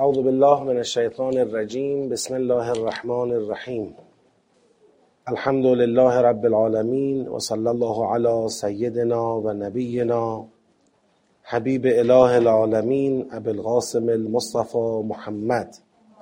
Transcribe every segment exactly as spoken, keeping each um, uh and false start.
اعوذ بالله من الشیطان الرجیم. بسم الله الرحمن الرحیم. الحمد لله رب العالمین و صلی الله علی سیدنا و نبینا حبیب اله العالمین ابی القاسم المصطفى محمد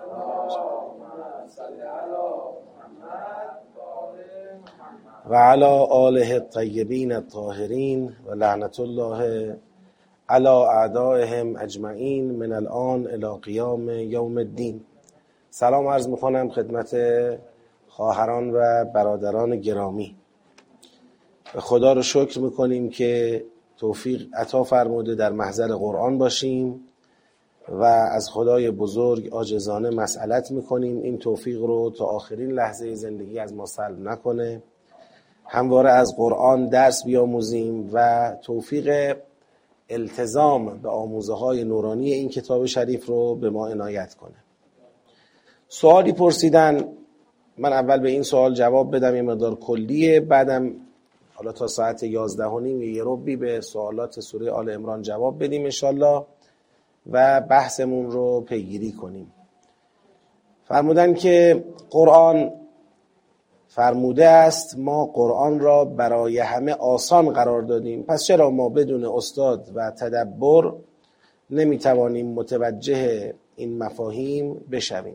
و علی آله الطیبین الطاهرین و لعنت الله علی اعدائهم اجمعین من الان الی قیام یوم الدین. سلام عرض میکنم خدمت خواهران و برادران گرامی. به خدا رو شکر میکنیم که توفیق عطا فرموده در محضر قرآن باشیم و از خدای بزرگ عاجزانه مسئلت میکنیم این توفیق رو تا آخرین لحظه زندگی از ما سلب نکنه. همواره از قرآن درس بیاموزیم و توفیق التزام به آموزه های نورانی این کتاب شریف رو به ما عنایت کنه. سوالی پرسیدن، من اول به این سوال جواب بدم، یه مقدار کلیه، بعدم حالا تا ساعت یازده و نیم یه ربی به سوالات سوره آل عمران جواب بدیم انشالله و بحثمون رو پیگیری کنیم. فرمودن که قرآن فرموده است ما قرآن را برای همه آسان قرار دادیم، پس چرا ما بدون استاد و تدبر نمیتوانیم متوجه این مفاهیم بشویم؟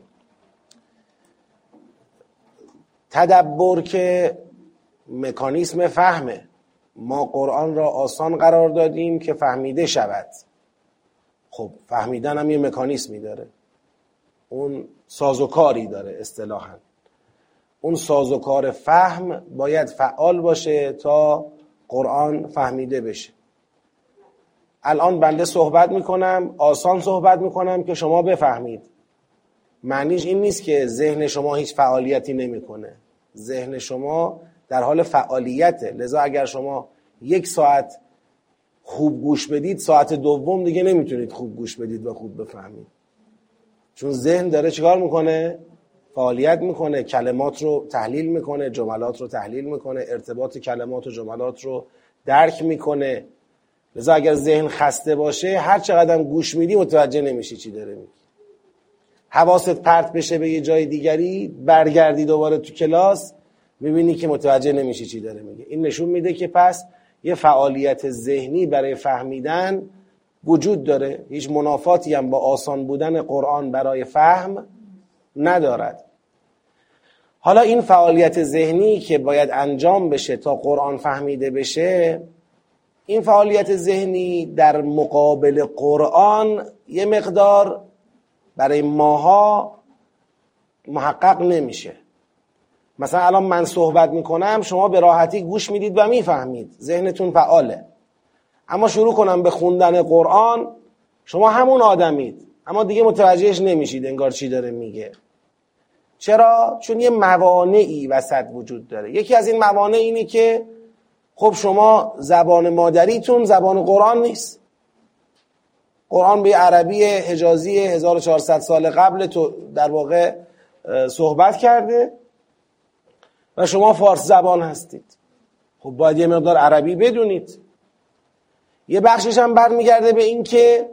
تدبر که مکانیسم فهمه، ما قرآن را آسان قرار دادیم که فهمیده شود. خب فهمیدن هم یه مکانیسمی داره، اون سازوکاری داره. اصطلاحاً اون سازوکار فهم باید فعال باشه تا قرآن فهمیده بشه. الان بنده صحبت میکنم، آسان صحبت میکنم که شما بفهمید. معنیش این نیست که ذهن شما هیچ فعالیتی نمیکنه. ذهن شما در حال فعالیته، لذا اگر شما یک ساعت خوب گوش بدید، ساعت دوم دیگه نمیتونید خوب گوش بدید و خوب بفهمید، چون ذهن داره چیکار میکنه؟ فعالیت میکنه، کلمات رو تحلیل میکنه، جملات رو تحلیل میکنه، ارتباط کلمات و جملات رو درک میکنه. لذا اگر ذهن خسته باشه هر چقدر گوش میدی متوجه نمیشی چی داره میگه. حواست پرت بشه به یه جای دیگری، برگردی دوباره تو کلاس، میبینی که متوجه نمیشی چی داره میگه. این نشون میده که پس یه فعالیت ذهنی برای فهمیدن وجود داره. هیچ منافاتی هم با آسان بودن قرآن برای فهم ندارد. حالا این فعالیت ذهنی که باید انجام بشه تا قرآن فهمیده بشه، این فعالیت ذهنی در مقابل قرآن یه مقدار برای ماها محقق نمیشه. مثلا الان من صحبت میکنم، شما به راحتی گوش میدید و میفهمید، ذهنتون فعاله. اما شروع کنم به خوندن قرآن، شما همون آدمید اما دیگه متوجهش نمیشید انگار چی داره میگه. چرا؟ چون یه موانعی وسط وجود داره. یکی از این موانع اینه که خب شما زبان مادریتون زبان قرآن نیست. قرآن به عربی حجازی هزار و چهارصد سال قبل تو در واقع صحبت کرده و شما فارس زبان هستید. خب باید یه مقدار عربی بدونید. یه بخشش هم برمیگرده به این که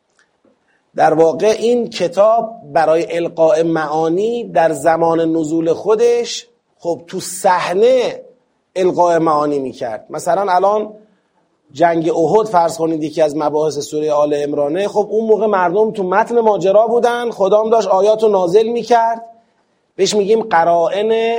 در واقع این کتاب برای القاء معانی در زمان نزول خودش خب تو صحنه القاء معانی میکرد. مثلا الان جنگ احد فرض کنید یکی از مباحث سوره آل عمرانه، خب اون موقع مردم تو متن ماجرا بودن، خدا هم داشت آیاتو نازل میکرد، بهش میگیم قرائن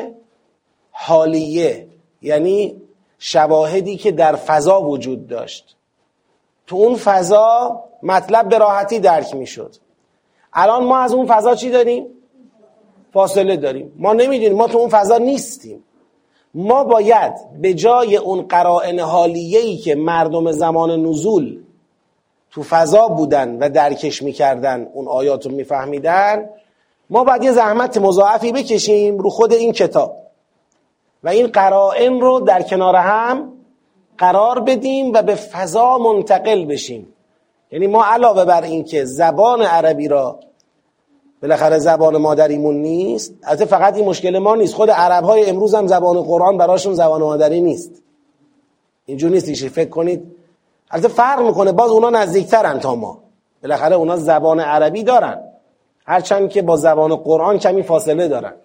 حالیه، یعنی شواهدی که در فضا وجود داشت. تو اون فضا مطلب به راحتی درک میشد. الان ما از اون فضا چی داریم؟ فاصله داریم. ما نمیدونیم، ما تو اون فضا نیستیم. ما باید به جای اون قرائن حالیه‌ای که مردم زمان نزول تو فضا بودن و درکش میکردن، اون آیاتو میفهمیدن، ما باید یه زحمت مضاعفی بکشیم رو خود این کتاب و این قرائن رو در کنار هم قرار بدیم و به فضا منتقل بشیم. یعنی ما علاوه بر این که زبان عربی را بالاخره زبان مادریمون نیست، البته فقط این مشکل ما نیست، خود عرب‌های امروز هم زبان قرآن براشون زبان مادری نیست. اینجور نیست فکر کنید، البته فرق میکنه، باز اونا نزدیکترن تا ما، بالاخره اونا زبان عربی دارن هرچند که با زبان قرآن کمی فاصله دارن.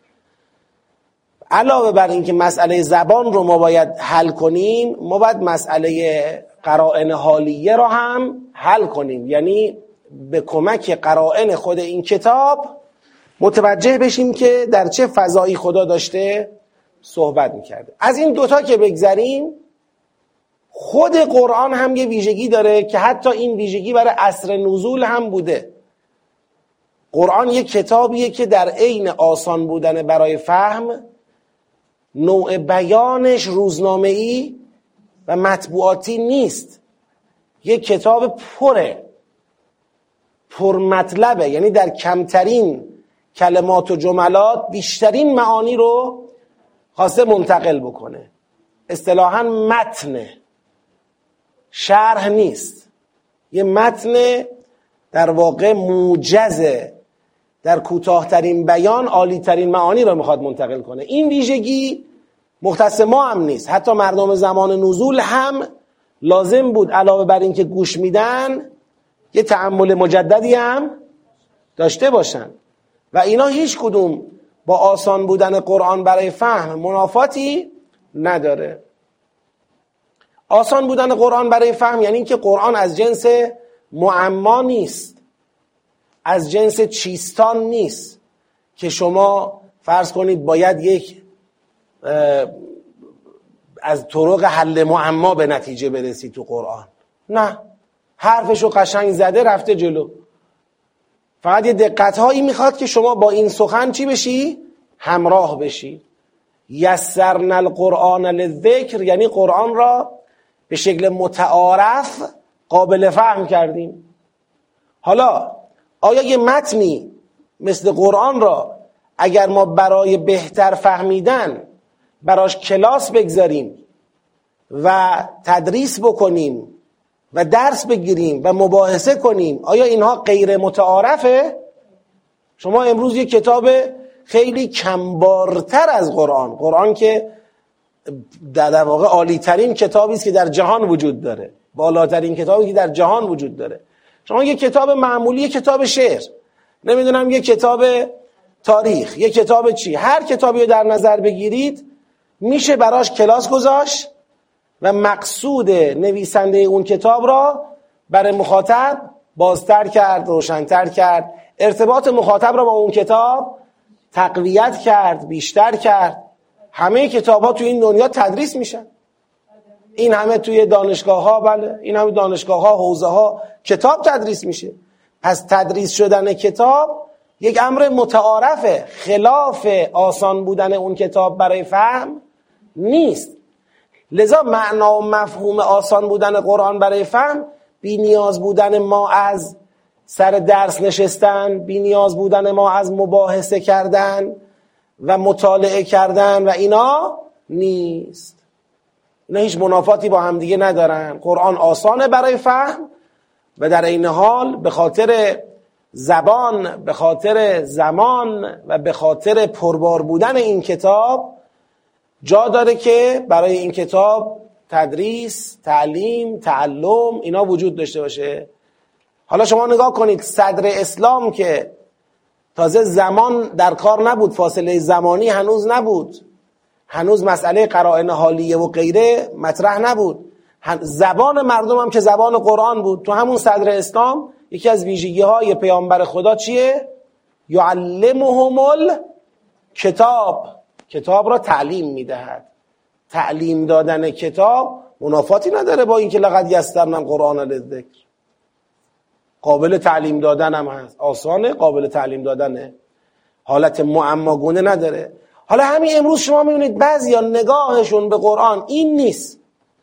علاوه بر این که مسئله زبان رو ما باید حل کنیم، ما باید مسئله قرائن حالیه رو هم حل کنیم، یعنی به کمک قرائن خود این کتاب متوجه بشیم که در چه فضایی خدا داشته صحبت میکرده. از این دوتا که بگذریم، خود قرآن هم یه ویژگی داره که حتی این ویژگی برای عصر نزول هم بوده. قرآن یه کتابیه که در عین آسان بودن برای فهم، نوع بیانش روزنامه‌ای و مطبوعاتی نیست. یه کتاب پره، پر مطلبه، یعنی در کمترین کلمات و جملات بیشترین معانی رو خواسته منتقل بکنه. اصطلاحاً متن، شرح نیست. یه متن در واقع موجزه، در کوتاه‌ترین بیان عالی‌ترین معانی رو میخواد منتقل کنه. این ویژگی مختص ما هم نیست، حتی مردم زمان نزول هم لازم بود علاوه بر این که گوش میدن یه تأمل مجددی هم داشته باشن و اینا هیچ کدوم با آسان بودن قرآن برای فهم منافاتی نداره. آسان بودن قرآن برای فهم یعنی اینکه قرآن از جنس معما نیست، از جنس چیستان نیست که شما فرض کنید باید یک از طرق حل معما به نتیجه برسی تو قرآن. نه، حرفشو قشنگ زده رفته جلو. فقط یه دقت هایی میخواد که شما با این سخن چی بشی؟ همراه بشی. یسرنا القرآن للذکر یعنی قرآن را به شکل متعارف قابل فهم کردیم. حالا آیا یه متنی مثل قرآن را اگر ما برای بهتر فهمیدن براش کلاس بگذاریم و تدریس بکنیم و درس بگیریم و مباحثه کنیم، آیا اینها غیر متعارفه؟ شما امروز یک کتاب خیلی کمبارتر از قرآن، قرآن که در واقع عالی ترین کتابی است که در جهان وجود داره، بالاترین کتابی که در جهان وجود داره، شما یک کتاب معمولی، یک کتاب شعر، نمیدونم یک کتاب تاریخ، یک کتاب چی، هر کتابی رو در نظر بگیرید میشه براش کلاس گذاشت و مقصود نویسنده اون کتاب را برای مخاطب بازتر کرد، روشنتر کرد، ارتباط مخاطب را با اون کتاب تقویت کرد، بیشتر کرد. همه کتاب ها توی این دنیا تدریس میشن، این همه توی دانشگاه ها، بله این همه دانشگاه ها، حوزه ها کتاب تدریس میشه. پس تدریس شدن کتاب یک امر متعارفه، خلاف آسان بودن اون کتاب برای فهم نیست. لذا معنا و مفهوم آسان بودن قرآن برای فهم بی نیاز بودن ما از سر درس نشستن، بی نیاز بودن ما از مباحثه کردن و مطالعه کردن و اینا نیست. اینا هیچ منافاتی با هم دیگه ندارن. قرآن آسانه برای فهم و در این حال به خاطر زبان، به خاطر زمان و به خاطر پربار بودن این کتاب جا داره که برای این کتاب تدریس، تعلیم، تعلم اینا وجود داشته باشه. حالا شما نگاه کنید، صدر اسلام که تازه زمان در کار نبود، فاصله زمانی هنوز نبود، هنوز مسئله قرائن حالیه و غیره مطرح نبود، زبان مردم هم که زبان قرآن بود. تو همون صدر اسلام یکی از ویژگی های پیامبر خدا چیه؟ یعلمهم الکتاب، کتاب را تعلیم میدهد. تعلیم دادن کتاب منافاتی نداره با اینکه لقد یسرنا القرآن للذکر، قابل تعلیم دادن هم هست، آسانه، قابل تعلیم دادنه، حالت معماگونه نداره. حالا همین امروز شما میبینید بعضیا نگاهشون به قرآن این نیست،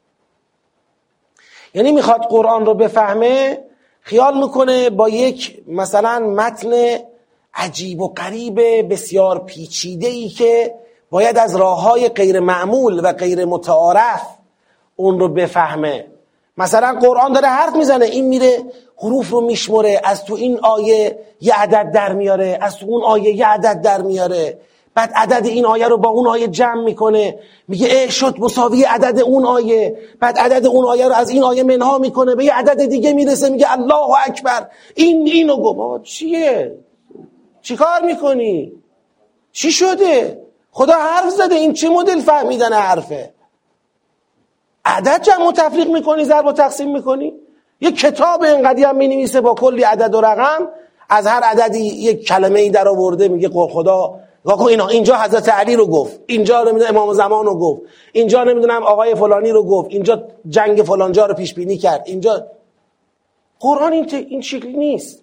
یعنی میخواد قرآن رو بفهمه، خیال میکنه با یک مثلا متن عجیب و غریب بسیار پیچیده‌ای که باید از راههای غیر معمول و غیر متعارف اون رو بفهمه. مثلا قرآن داره حرف میزنه، این میره حروف رو میشمره، از تو این آیه یه عدد در میاره، از تو اون آیه یه عدد در میاره، بعد عدد این آیه رو با اون آیه جمع میکنه، میگه اه شد مساوی عدد اون آیه، بعد عدد اون آیه رو از این آیه منها میکنه، به یه عدد دیگه میرسه، میگه الله اکبر، این اینو گفت. چیه؟ چی کار میکنی؟ چی شده؟ خدا حرف زده، این چه مدل فهمیدن حرفه؟ عدد جمع و تفریق میکنی، ضرب و تقسیم میکنی؟ یک کتاب اینقدی هم مینویسه با کلی عدد و رقم، از هر عددی یک کلمه ای در آورده، میگه خدا اینا اینجا حضرت علی رو گفت، اینجا نمیدونم امام زمان رو گفت، اینجا نمیدونم آقای فلانی رو گفت، اینجا جنگ فلانجا رو پیش بینی کرد، اینجا. قرآن این این شکلی نیست.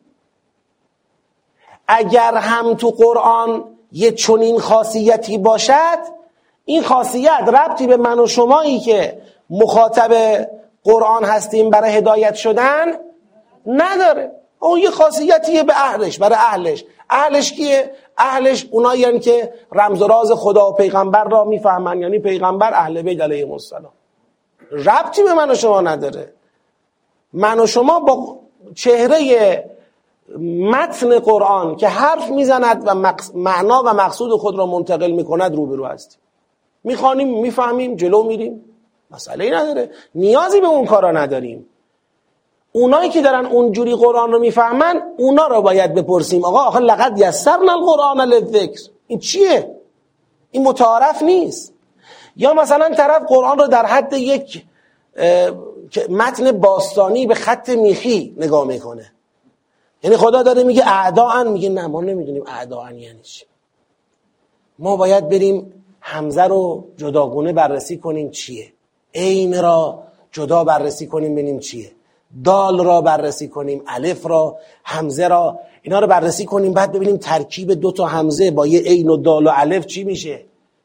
اگر هم تو قرآن یه چنین خاصیتی باشد، این خاصیت ربطی به من و شمایی که مخاطب قرآن هستیم برای هدایت شدن نداره. اون یه خاصیتیه به اهلش، برای اهلش. اهلش کیه؟ اهلش اونایی یعنی که رمز و راز خدا و پیغمبر را میفهمن، یعنی پیغمبر، اهل بیت علیهم السلام. ربطی به من و شما نداره. من و شما با چهره متن قرآن که حرف میزند و معنا و مقصود خود را منتقل میکند روبرو هستیم. میخوانیم، میفهمیم، جلو میریم، مسئله نداره، نیازی به اون کارا نداریم. اونایی که دارن اونجوری قرآن رو میفهمن، اونا رو باید بپرسیم آقا آخه لقد یسرنا القرآن للذکر، این چیه؟ این متعارف نیست. یا مثلا طرف قرآن رو در حد یک متن باستانی به خط میخی نگاه میکنه، یعنی خدا داره میگه اعداءن، میگه نه ما نمیدونیم اعداءن یعنی چی. ما باید بریم حمزه رو جداگونه بررسی کنیم چیه، عین را جدا بررسی کنیم ببینیم چیه، دال را بررسی کنیم، الف را، حمزه را، اینا رو بررسی کنیم، بعد ببینیم ترکیب دو تا حمزه با یه عین و دال و الف چی میشه.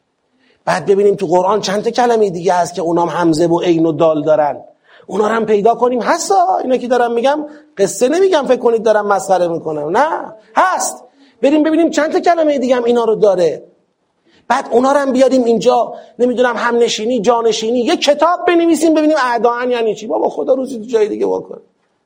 بعد ببینیم تو قرآن چند تا کلمه دیگه هست که اونام حمزه و عین و دال دارن، اونا رو هم پیدا کنیم. هستا اینا که دارم میگم قصه نمیگم فکر کنید دارم مسخره میکنم، نه هست. بریم ببینیم چند تا کلمه دیگه هم اینا رو داره، بعد اونا رو هم بیاریم اینجا، نمیدونم هم نشینی، جانشینی، یه کتاب بنویسیم ببینیم اعداءن یعنی چی. بابا خدا روزی تو جای دیگه واکن.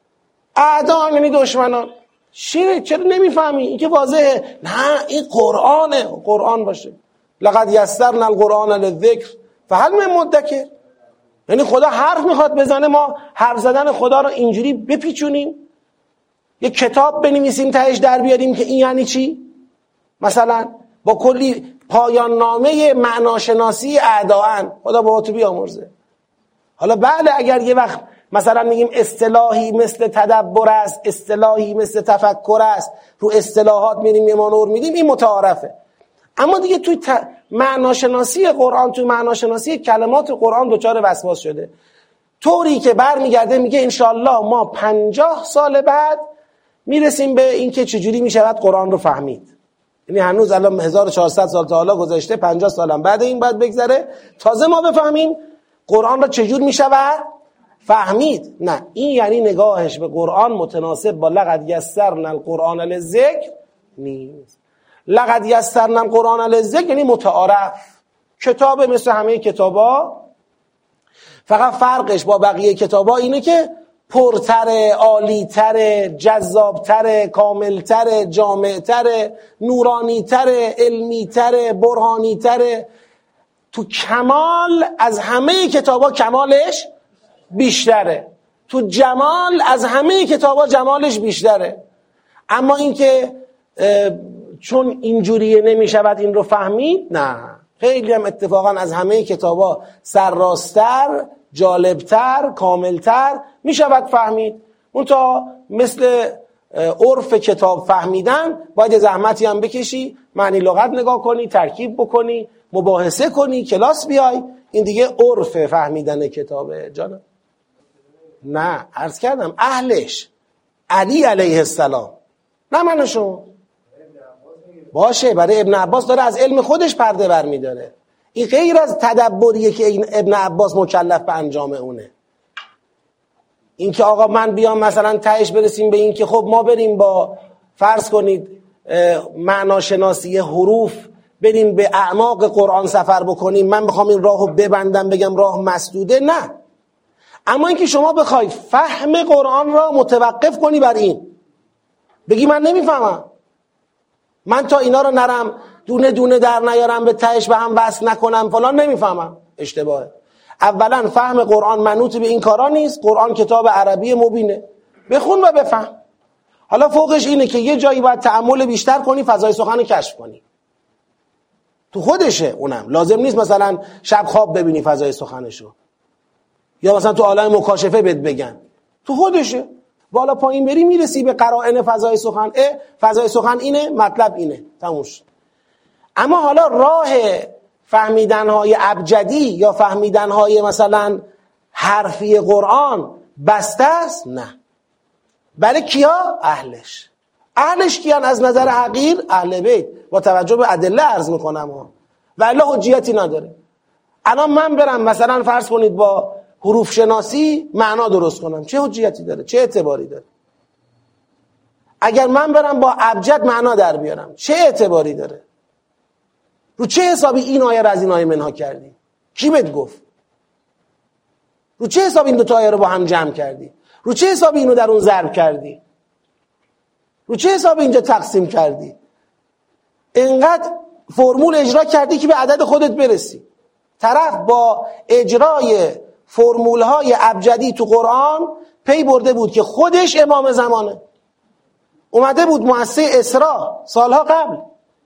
اعداءن یعنی دشمنان. چرا چرا نمیفهمی؟ این که واضحه. نه این قرآنه، قرآن باشه. لقد یسرنا القرآن للذکر فهل من مدکر. یعنی خدا حرف میخواد بزنه، ما حرف زدن خدا رو اینجوری بپیچونیم، یه کتاب بنویسیم تهش در بیاریم که این یعنی چی؟ مثلا با کلی پایان نامه معناشناسی اعداءن. خدا با تو بیامرزه. حالا بله اگر یه وقت مثلا میگیم اصطلاحی مثل تدبر است، اصطلاحی مثل تفکر است، رو اصطلاحات میریم یه مانور میدیم، این متعارفه. اما دیگه توی ت... معناشناسی قرآن، توی معناشناسی کلمات قرآن دچار وسواس شده، طوری که برمیگرده میگه انشالله ما پنجاه سال بعد میرسیم به این که چجوری میشود قرآن رو فهمید. یعنی هنوز الان هزار و چهارصد سال تا حالا گذشته، پنجاه سالم بعد این بعد بگذره تازه ما بفهمیم قرآن را چجور میشود فهمید. نه، این یعنی نگاهش به قرآن متناسب با لقد یسرنا القرآن للذکر نیست. لقد یسرنا القرآن للذکر یعنی متعارف، کتاب مثل همه کتابا، فقط فرقش با بقیه کتابا اینه که پرتره، عالیتره، جذابتره، کاملتره، جامعتره، نورانیتره، علمیتره، برهانیتره. تو کمال از همه کتابا کمالش بیشتره، تو جمال از همه کتابا جمالش بیشتره. اما اینکه چون اینجوریه نمیشود این رو فهمید، نه، خیلی هم اتفاقا از همه کتابا سرراستر، جالبتر، کاملتر میشود فهمید. اون تا مثل عرف کتاب فهمیدن باید یه زحمتی هم بکشی، معنی لغت نگاه کنی، ترکیب بکنی، مباحثه کنی، کلاس بیای. این دیگه عرف فهمیدن کتابه جانم. نه عرض کردم اهلش علی علیه السلام، نه من و شما. باشه برای ابن عباس داره از علم خودش پرده بر میداره. این غیر از تدبریه که این ابن عباس مکلف به انجام اونه. این که آقا من بیام مثلا تهش برسیم به این که خب ما بریم با فرض کنید معناشناسی حروف بریم به اعماق قرآن سفر بکنیم، من بخوام این راهو ببندم بگم راه مسدوده، نه. اما اینکه شما بخواید فهم قرآن را متوقف کنی بر این، بگی من نمیفهمم، من تا اینا رو نرم دونه دونه در نیارم به تهش به هم وصل نکنم فلان نمیفهمم، اشتباهه. اولا فهم قرآن منوط به این کارا نیست. قرآن کتاب عربی مبینه، بخون و بفهم. حالا فوقش اینه که یه جایی باید تأمل بیشتر کنی، فضای سخن رو کشف کنی. تو خودشه اونم، لازم نیست مثلا شب خواب ببینی فضای سخنشو، یا مثلا تو عالم مکاشفه بهت بگن، تو خودشه. بالا پایین بری میرسی به قرائن فضای سخن. اه فضای سخن اینه، مطلب اینه، تموم شد. اما حالا راه فهمیدنهای ابجدی یا فهمیدنهای مثلا حرفی قرآن بسته است؟ نه. برای کیا؟ اهلش. اهلش کیان از نظر حقیر؟ اهل بیت. با توجه به ادله عرض میکنم ها، و الا حجیتی نداره. الان من برم مثلا فرض کنید با حروف شناسی معنا درست کنم، چه حجیتی داره؟ چه اعتباری داره؟ اگر من برم با ابجد معنا در بیارم، چه اعتباری داره؟ رو چه حسابی این آیه را از این آیه منها کردی؟ کی بهت گفت؟ رو چه حسابی این دو تا آیه رو با هم جمع کردی؟ رو چه حسابی اینو در اون ضرب کردی؟ رو چه حسابی اینجا تقسیم کردی؟ اینقدر فرمول اجرا کردی که به عدد خودت برسی. طرف با اجرای فرمولهای ابجدی تو قرآن پی برده بود که خودش امام زمانه. اومده بود مؤسسه اسراء سالها قبل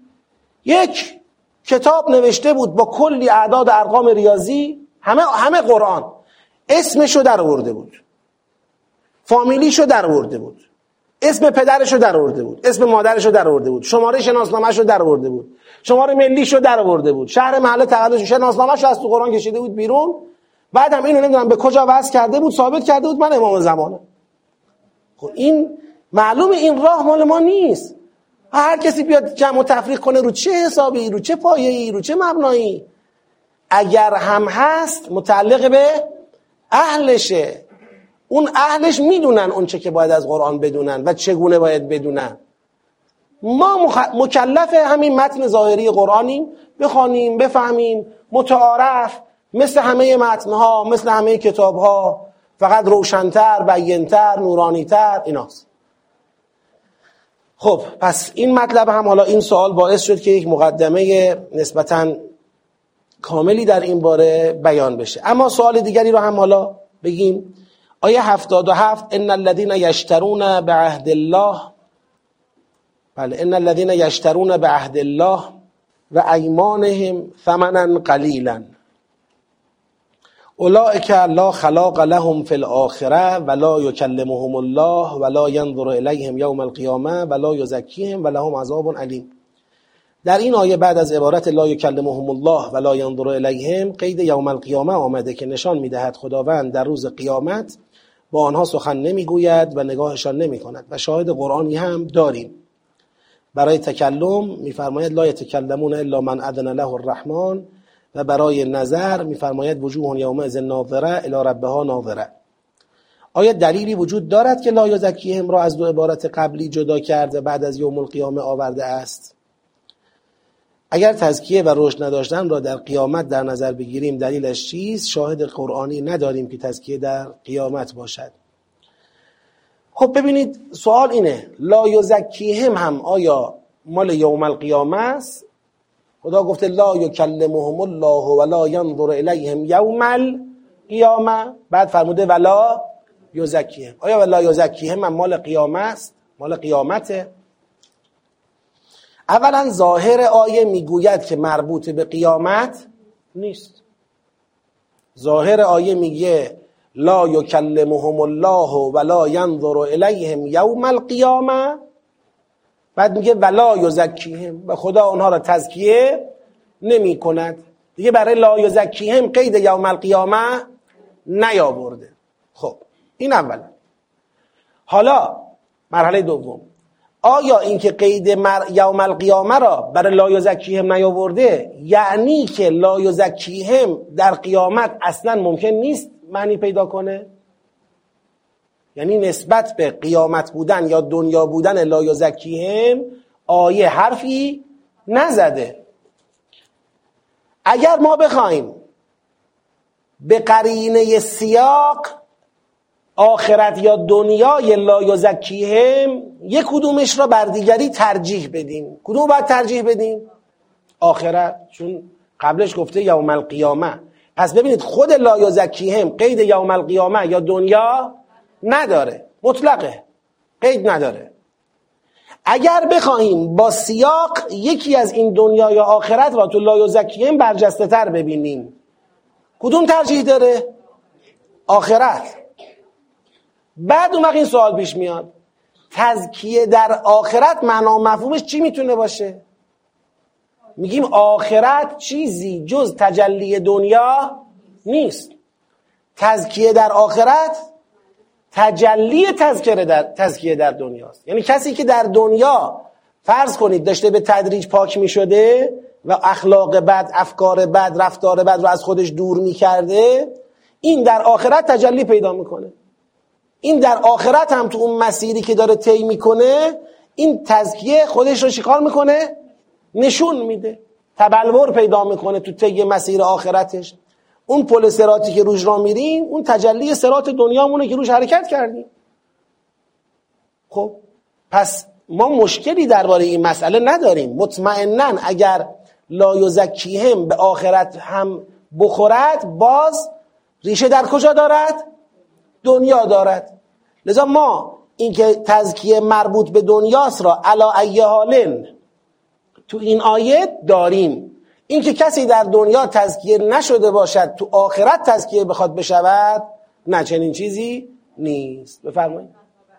یک کتاب نوشته بود با کلی اعداد و ارقام ریاضی، همه همه قرآن، اسمشو در آورده بود، فامیلیشو در آورده بود، اسم پدرشو در آورده بود، اسم مادرشو در آورده بود، شماره شناسنامه‌شو در آورده بود، شماره ملیشو در آورده بود، شهر محل تولدشو، شناسنامه‌شو از تو قرآن کشیده بود بیرون. بعد هم اینو نمیدونم به کجا وصل کرده بود، ثابت کرده بود من امام زمانه. خب این معلومه این راه مال ما نیست. هر کسی بیاد جمع و تفریق کنه رو چه حسابی، رو چه پایه‌ای، رو چه مبنایی. اگر هم هست متعلق به اهلشه. اون اهلش میدونن اون چه که باید از قرآن بدونن و چگونه باید بدونن. ما مخ... مکلف همین متن ظاهری قرآنیم، بخوانیم، بفهمیم، متعارف، مثل همه متنها، مثل همه کتابها، فقط روشن‌تر، بیان‌تر، نورانی‌تر ایناست. خب پس این مطلب هم، حالا این سوال باعث شد که یک مقدمه نسبتاً کاملی در این باره بیان بشه. اما سوال دیگری رو هم حالا بگیم. آیه هفتاد و هفت ان الذين یشترون بعهد الله، بله، ان الذين یشترون بعهد الله و ایمانهم ثمنا قلیلا اولئک لا خلاق لهم فی الاخره ولا یکلمهم الله ولا ینظر الیهم یوم القیامه ولا یزکیهم ولهم عذاب علیم. در این آیه بعد از عبارت لا یکلمهم الله ولا ینظر الیهم قید یوم القیامه آمده که نشان میدهد خداوند در روز قیامت با آنها سخن نمیگوید و نگاهشان نمیکند. و شاهد قرآنی هم داریم برای تکلم، میفرماید لا یتکلمون الا من اذن له الرحمن، و برای نظر میفرماید وجوه یومئذ ناظره الی ربها ناظره. آیا دلیلی وجود دارد که لا یزکیهم را از دو عبارت قبلی جدا کرده بعد از یوم القیامه آورده است؟ اگر تزکیه و رشد نداشتن را در قیامت در نظر بگیریم دلیلش چیست؟ شاهد قرآنی نداریم که تزکیه در قیامت باشد. خب ببینید سوال اینه، لا یزکیهم هم آیا مال یوم القیامه است؟ خدا گفته لا یکلمهم الله ولا ینظر الیهم یوم القیامه، بعد فرموده ولا یزکیهم. آیا ولا یزکیهم هم مال قیامه است؟ مال قیامته؟ اولا ظاهر آیه میگوید که مربوط به قیامت نیست. ظاهر آیه میگه لا یکلمهم الله ولا ینظر الیهم یوم القیامه، بعد میگه ولا یزکیهم، و خدا اونها را تزکیه نمی کند. دیگه برای لا یزکیهم قید یوم القیامه نیاورده. خب این اولا. حالا مرحله دوم، آیا اینکه قید مر... یوم القیامه را برای لا یزکیهم نیاورده یعنی که لا یزکیهم در قیامت اصلا ممکن نیست معنی پیدا کنه؟ یعنی نسبت به قیامت بودن یا دنیا بودن لا یزکیهم آیه حرفی نزده. اگر ما بخوایم به قرینه سیاق آخرت یا دنیای لا یزکیهم یک کدومش را بر دیگری ترجیح بدیم، کدوم باید ترجیح بدیم؟ آخرت، چون قبلش گفته یوم القیامه. پس ببینید خود لا یزکیهم قید یوم القیامه یا دنیا نداره، مطلقه، قید نداره. اگر بخواهیم با سیاق یکی از این دنیا یا آخرت را تو لا یزکیهم برجسته تر ببینیم، کدوم ترجیح داره؟ آخرت. بعد اون وقت این سوال پیش میاد، تزکیه در آخرت معنا مفهومش چی میتونه باشه؟ میگیم آخرت چیزی جز تجلی دنیا نیست. تزکیه در آخرت تجلی تزکیه در تزکیه در دنیاست. یعنی کسی که در دنیا فرض کنید داشته به تدریج پاک میشده و اخلاق بد، افکار بد، رفتار بد رو از خودش دور میکرده، این در آخرت تجلی پیدا میکنه. این در آخرت هم تو اون مسیری که داره طی میکنه این تزکیه خودش رو چیکار میکنه؟ نشون میده، تبلور پیدا میکنه تو طی مسیر آخرتش. اون پل صراطی که روش را میریم اون تجلی صراط دنیامونه که روش حرکت کردیم. خب پس ما مشکلی درباره این مسئله نداریم. مطمئناً اگر لا یزکیهم به آخرت هم بخورد، باز ریشه در کجا دارد؟ دنیا دارد. لذا ما اینکه تزکیه مربوط به دنیاست را علی ای حالن تو این آیه داریم. اینکه کسی در دنیا تزکیه نشده باشد تو آخرت تزکیه بخواد بشود، نه، چنین چیزی نیست. بفرمایید.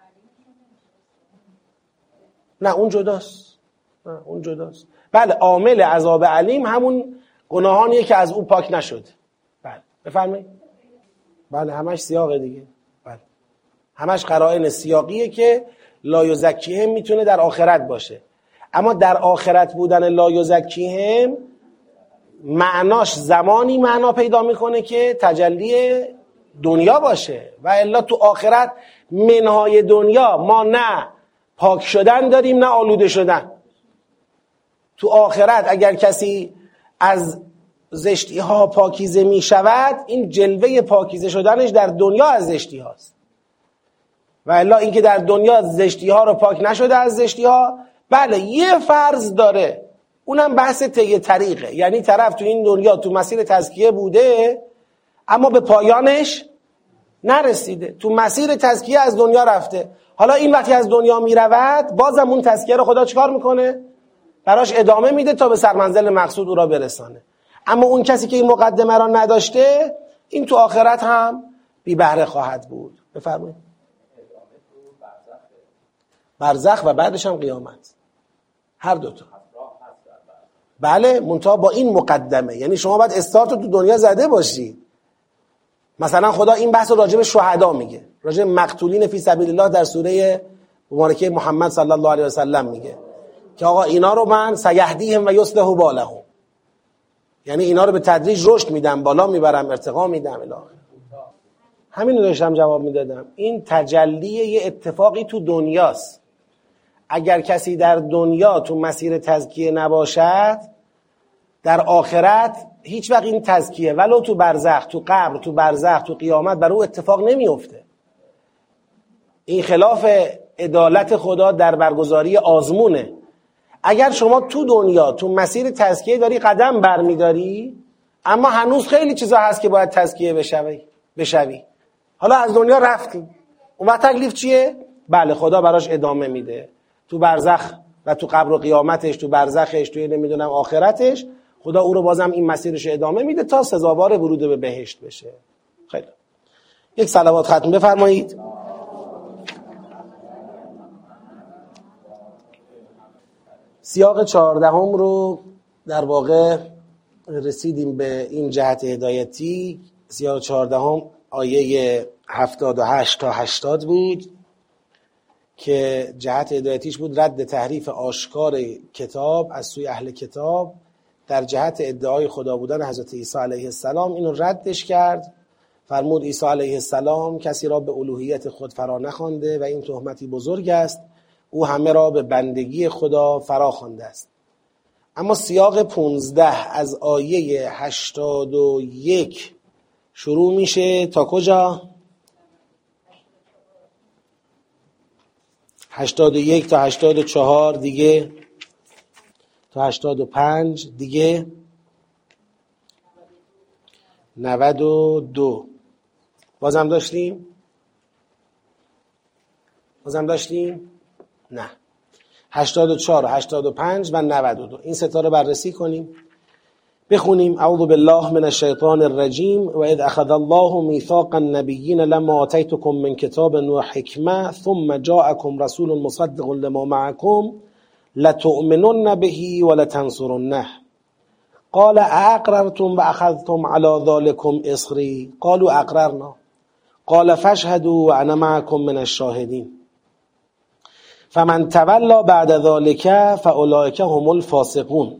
نه اون جداست. نه اون جداست. بله، عامل عذاب علیم همون گناهانیه که از او پاک نشده. بله بفرمایید. بله همش سیاقه دیگه. بله همش قرائن سیاقیه که لا یزکیهم میتونه در آخرت باشه. اما در آخرت بودن لا یزکیهم معناش زمانی معنا پیدا میکنه که تجلی دنیا باشه، و الا تو آخرت منهای دنیا ما نه پاک شدن داریم نه آلوده شدن. تو آخرت اگر کسی از زشتی ها پاکیزه می شود، این جلوه پاکیزه شدنش در دنیا از زشتی هاست، و الا اینکه در دنیا زشتی ها رو پاک نشده از زشتی ها. بله یه فرض داره، اونم بحث طی طریقه، یعنی طرف تو این دنیا تو مسیر تزکیه بوده اما به پایانش نرسیده، تو مسیر تزکیه از دنیا رفته. حالا این وقتی از دنیا میرود بازم اون تزکیه رو خدا چیکار میکنه؟ براش ادامه میده تا به سرمنزل مقصود او را برسانه. اما اون کسی که این مقدمه را نداشته، این تو آخرت هم بی بهره خواهد بود. بفرمایید. برزخ و بعدش هم قیامت، هر دوتا. بله منتها با این مقدمه، یعنی شما باید استارت رو تو دنیا زده باشی. مثلا خدا این بحث رو راجع به شهدا میگه، راجع به مقتولین فی سبیل الله در سوره مبارکه محمد صلی الله علیه و سلم میگه که آقا اینا رو من سیهدیهم و یصلح بالهم، یعنی اینا رو به تدریج رشد میدم، بالا میبرم، ارتقا میدم الی آخر. همین رو داشتم جواب میدادم. این تجلی یه اتفاقی تو دنیاست. اگر کسی در دنیا تو مسیر تزکیه نباشد، در آخرت هیچ وقت این تزکیه ولو تو برزخ، تو قبر، تو برزخ، تو قیامت بر او اتفاق نمیفته. این خلاف عدالت خدا در برگزاری آزمونه. اگر شما تو دنیا تو مسیر تزکیه داری قدم برمیداری، اما هنوز خیلی چیزا هست که باید تزکیه بشوی بشوی حالا از دنیا رفتیم، اون وقت تکلیف چیه؟ بله خدا براش ادامه میده تو برزخ و تو قبر و قیامتش، تو برزخش، توی نمیدونم آخرتش، خدا او رو بازم این مسیرش ادامه میده تا سزاوار ورود به بهشت بشه. خیلی یک صلوات ختم بفرمایید. سیاق چهاردهم رو در واقع رسیدیم به این جهت هدایتی. سیاق چهاردهم آیه هفتاد و هشت تا هشتاد بود که جهت هدایتیش بود رد تحریف آشکار کتاب از سوی اهل کتاب در جهت ادعای خدا بودن حضرت عیسی علیه السلام. اینو ردش کرد، فرمود عیسی علیه السلام کسی را به الوهیت خود فرا نخوانده و این تهمتی بزرگ است، او همه را به بندگی خدا فرا خوانده است. اما سیاق پونزده از آیه هشتاد و یک شروع میشه تا کجا؟ هشتاد و یک تا هشتاد و چهار دیگه، تا هشتاد و پنج دیگه، نود و دو بازم داشتیم؟ بازم داشتیم؟ نه. هشتاد و چهار و هشتاد و پنج و نود و دو. این ستا رو بررسی کنیم. بخونیم. اعوذ بالله من الشیطان الرجیم و اذ اخذ الله میثاق النبیین لما آتیتکم من کتاب و حکمه ثم جاءکم رسول مصدق لما معکم لتؤمنن به ولتنصرنه قال اقررتم و اخذتم علی ذلکم اصری قالوا اقررنا قال فاشهدوا وانا معكم من الشاهدین فمن تولى بعد ذلك فاولئک هم الفاسقون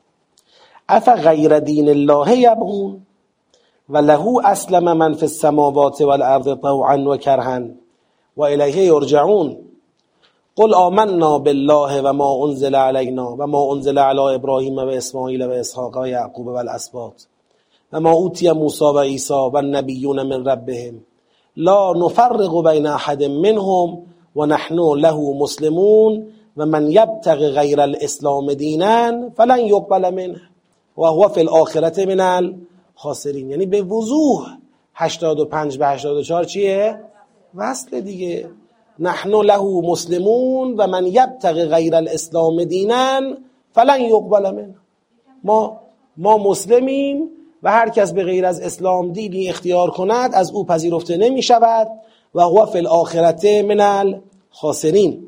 افغیر دین الله یبغون و له اسلم من فی السماوات والارض طوعا و کرها و الیه یرجعون قل آمنا بالله و ما انزل علینا و ما انزل علی ابراهیم و اسماعیل و اسحاق و یعقوب و الاسباط و ما اوتی موسی و عیسی و النبیون من ربهم لا نفرق بین احد منهم و نحن له مسلمون و من یبتغ غیر الاسلام دینا فلن یقبل منه و هو فی الاخرة من الخاسرین. یعنی به وضوح هشتاد و پنج به هشتاد و چهار چیه؟ وصل دیگه. نحن له مسلمون و من یبتغ غیر الاسلام دینا فلن یقبل منه. ما ما مسلمیم و هر کس به غیر از اسلام دینی اختیار کند از او پذیرفته نمی شود و هو فی الاخرة من الخاسرین.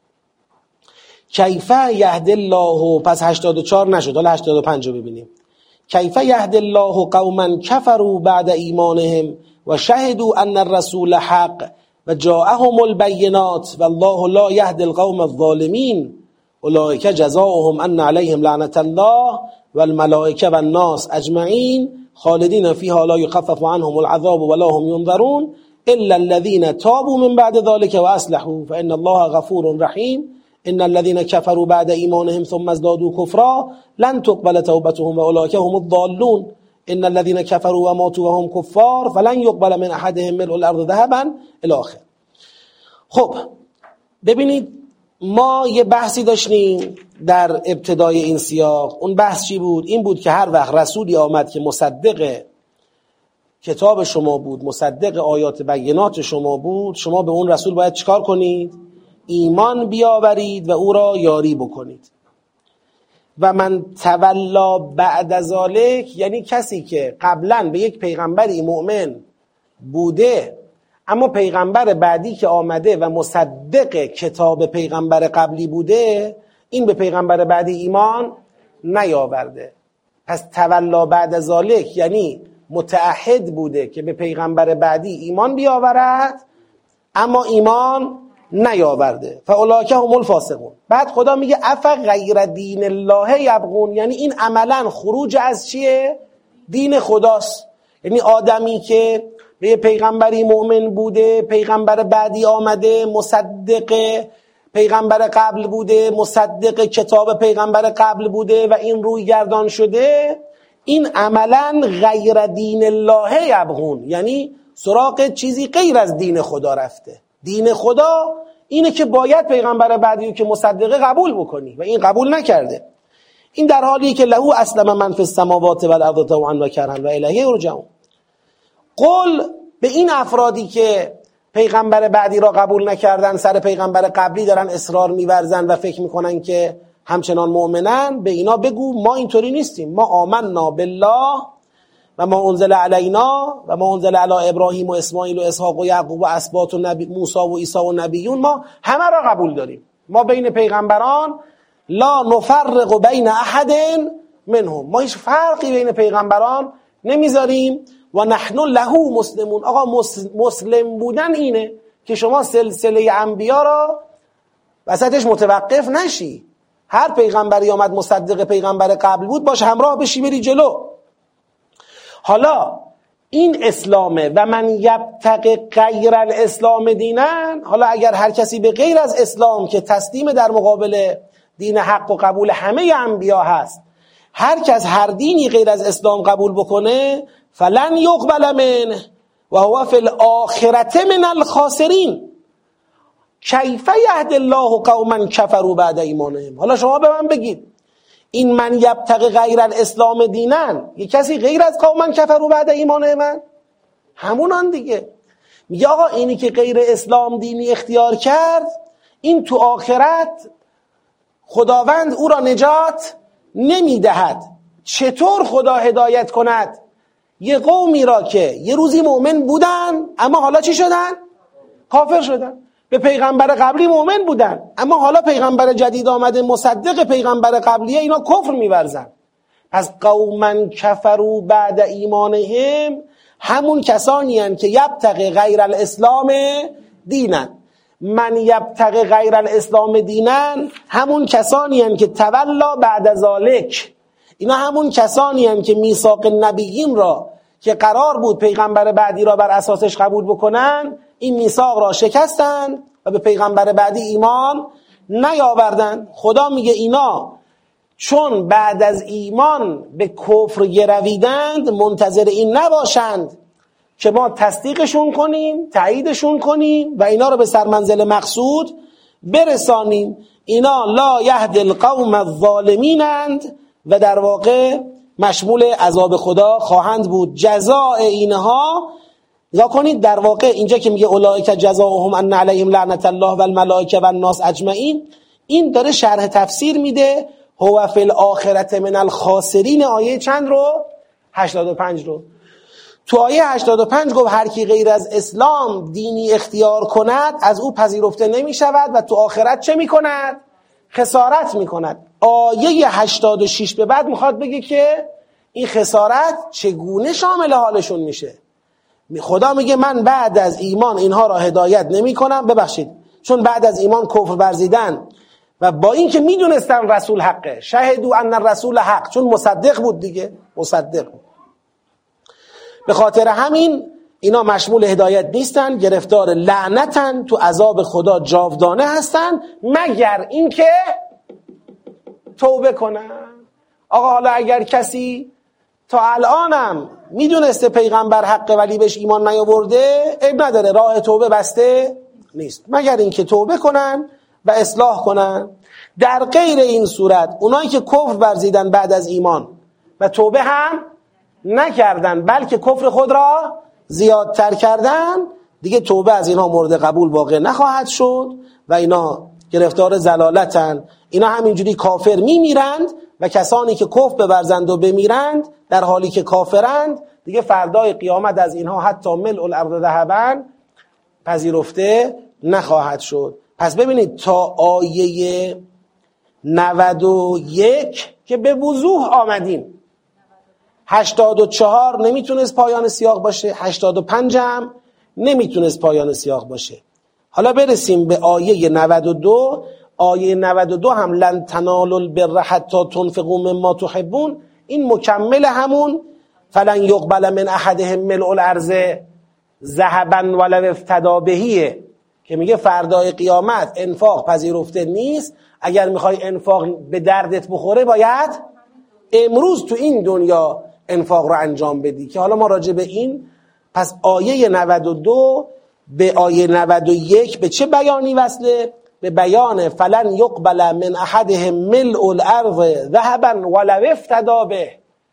کیف یهدی الله. پس هشتاد و چهار نشد، حالا هشتاد و پنج رو ببینیم. کیف یهدی الله قوما کفروا بعد ایمانهم و شهدوا ان الرسول حق و جاءهم البینات و الله لا یهدی القوم الظالمین اولئک جزاؤهم ان علیهم لعنة الله و الملائکه و الناس اجمعین خالدین فیها لا یخفف عنهم العذاب ولا هم ینظرون الا الذين تابوا من بعد ذلك واصلحوا فان الله غفور رحیم ان الذين كفروا بعد ایمانهم ثم ازدادوا كفرا لن تقبل توبتهم واولئك هم الضالون ان الذين كفروا وماتوا وهم كفار فلن يقبل من احدهم ملء الارض ذهبا الی آخر. خب ببینید ما یه بحثی داشتیم در ابتدای این سیاق. اون بحث چی بود؟ این بود که هر وقت رسولی آمد که مصدق کتاب شما بود، مصدق آیات بینات شما بود، شما به اون رسول باید چیکار کنید؟ ایمان بیاورید و او را یاری بکنید. و من تولا بعد ذالک یعنی کسی که قبلا به یک پیغمبری مؤمن بوده اما پیغمبر بعدی که آمده و مصدق کتاب پیغمبر قبلی بوده این به پیغمبر بعدی ایمان نیاورده. پس تولا بعد ذالک یعنی متعهد بوده که به پیغمبر بعدی ایمان بیاورد اما ایمان نیاورده. فاولئک هم الفاسقون. بعد خدا میگه اف غیر دین الله یبغون، یعنی این عملا خروج از چیه؟ دین خداست. یعنی آدمی که به پیغمبری مؤمن بوده، پیغمبر بعدی آمده، مصدق پیغمبر قبل بوده، مصدق کتاب پیغمبر قبل بوده و این روی گردان شده، این عملا غیر دین الله یبغون، یعنی سراغ چیزی غیر از دین خدا رفته. دین خدا اینه که باید پیغمبر بعدی که مصدقه قبول بکنی و این قبول نکرده. این در حالیه که له اسلم من فی السماوات والارض طوعا و کرها و الیه یرجعون. قل به این افرادی که پیغمبر بعدی را قبول نکردن، سر پیغمبر قبلی دارن اصرار می‌ورزن و فکر میکنن که همچنان مؤمنن، به اینا بگو ما اینطوری نیستیم. ما آمنا بالله و ما انزل علینا و ما انزل علی ابراهیم و اسماعیل و اسحاق و یعقوب و اسباط و نبی موسی و عیسی و نبیون، ما همه را قبول داریم. ما بین پیغمبران لا نفرق بین احد منهم، ما هیچ فرقی بین پیغمبران نمیذاریم. و نحن له مسلمون. آقا مسلم بودن اینه که شما سلسله انبیا را وسطش متوقف نشی. هر پیغمبری آمد مصدق پیغمبر قبل بود، باش همراه بشی بری جلو. حالا این اسلامه و من یبتغی غیر الاسلام دینن. حالا اگر هر کسی به غیر از اسلام که تسلیم در مقابل دین حق و قبول همه انبیا هست، هر کس هر دینی غیر از اسلام قبول بکنه فلن یقبل منه و هو فی الاخرة من الخاسرین. کیف یهدی الله قوما کفروا بعد ایمانهم. حالا شما به من بگید این من یبتغی غیر الاسلام دینن، یک کسی غیر از قوما کفروا بعد ایمانهم من همونان دیگه. میگه آقا اینی که غیر اسلام دینی اختیار کرد این تو آخرت خداوند او را نجات نمیدهد. چطور خدا هدایت کند یه قومی را که یه روزی مؤمن بودن اما حالا چی شدن؟ کافر شدن. به پیغمبر قبلی مؤمن بودن اما حالا پیغمبر جدید آمده مصدق پیغمبر قبلیه، اینا کفر میورزن. پس قوما کفروا بعد ایمانهم همون کسانی هستند که یبتغی غیر الاسلام دینن. من یبتغی غیر الاسلام دینن همون کسانی هستند که تولا بعد ذالک، اینا همون کسانی هستند که میثاق نبیین را که قرار بود پیغمبر بعدی را بر اساسش قبول بکنن، این میثاق را شکستند و به پیغمبر بعدی ایمان نیاوردند. خدا میگه اینا چون بعد از ایمان به کفر گرویدند منتظر این نباشند که ما تصدیقشون کنیم، تاییدشون کنیم و اینا رو به سرمنزل مقصود برسانیم. اینا لا یهدی القوم الظالمینند و در واقع مشمول عذاب خدا خواهند بود. جزاء اینها یا کنید در واقع اینجا که میگه اولئک جزاؤهم ان علیهم لعنت الله و الملائکه و الناس اجمعین، این داره شرح تفسیر میده. هو فی الاخرة من الخاسرین، آیه چند رو؟ هشتاد و پنج رو. تو آیه هشتاد و پنج گفت هر کی غیر از اسلام دینی اختیار کند از او پذیرفته نمی شود و تو آخرت چه می کند؟ خسارت می کند. آیه هشتاد و شش به بعد میخواد بگه که این خسارت چگونه شامل حالشون میشه. خدا میگه من بعد از ایمان اینها را هدایت نمی کنم. ببخشید، چون بعد از ایمان کفر ورزیدن و با این که میدونستن رسول حقه، شهدوا ان الرسول حق، چون مصدق بود دیگه، مصدق بود، به خاطر همین اینا مشمول هدایت نیستن، گرفتار لعنتن، تو عذاب خدا جاودانه هستن مگر اینکه توبه کنن. آقا حالا اگر کسی تا الانم میدونسته پیغمبر حقه ولی بهش ایمان نیاورده، عیب نداره، راه توبه بسته نیست مگر اینکه توبه کنن و اصلاح کنن. در غیر این صورت اونایی که کفر ورزیدن بعد از ایمان و توبه هم نکردن بلکه کفر خود را زیادتر کردن، دیگه توبه از اینها مورد قبول واقع نخواهد شد و اینا گرفتار ضلالتن. اینا همینجوری کافر میمیرند و کسانی که کفر بورزند و بمیرند در حالی که کافرند دیگه فردای قیامت از اینها حتی ملء الارض ذهبا پذیرفته نخواهد شد. پس ببینید تا آیه نود و یک که به وضوح آمدیم، هشتاد و چهار نمیتونست پایان سیاق باشه، هشتاد و پنج هم نمیتونست پایان سیاق باشه. حالا برسیم به آیه نود و دو. آیه نود و دو هم لن تنالوا البر حتی تنفقوا مما تحبون، این مکمل همون فلن یقبل من احدهم ملء الارض ذهبا ولو افتدی بهیه که میگه فردای قیامت انفاق پذیرفته نیست. اگر میخوای انفاق به دردت بخوره باید امروز تو این دنیا انفاق رو انجام بدی، که حالا ما راجع به این. پس آیه نود و دو به آیه نود و یک به چه بیانی وصله؟ به بیان فلن یقبل من احدهم ملء الارض ذهبا ولو افتدی به.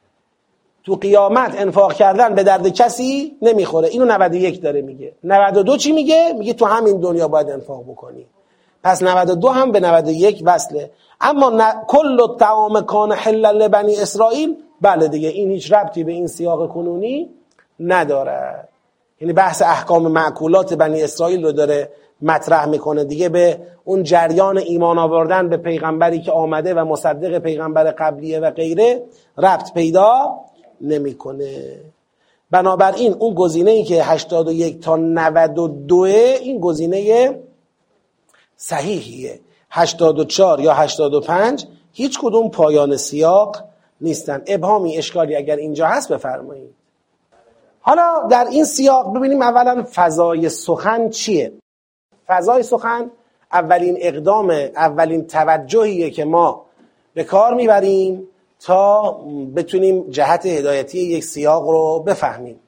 تو قیامت انفاق کردن به درد کسی نمیخوره. اینو نود و یک داره میگه. نود و دو چی میگه؟ میگه تو همین دنیا باید انفاق بکنی. پس نود و دو هم به نود و یک وصله. اما ن... کل الطعام کان حلا لبنی اسرائیل، بله دیگه این هیچ ربطی به این سیاق کنونی نداره. یعنی بحث احکام معکولات بنی اسرائیل رو داره مطرح میکنه، دیگه به اون جریان ایمان آوردن به پیغمبری که آمده و مصدق پیغمبر قبلیه و غیره ربط پیدا نمیکنه. بنابراین اون گزینه‌ای که هشتاد و یک تا نود و دو این گزینه صحیحیه. هشتاد و چهار یا هشتاد و پنج هیچ کدوم پایان سیاق نیستن. ابهامی اشکالی اگر اینجا هست بفرمایید. حالا در این سیاق ببینیم اولا فضای سخن چیه. فضای سخن اولین اقدام، اولین توجهیه که ما به کار میبریم تا بتونیم جهت هدایتی یک سیاق رو بفهمیم.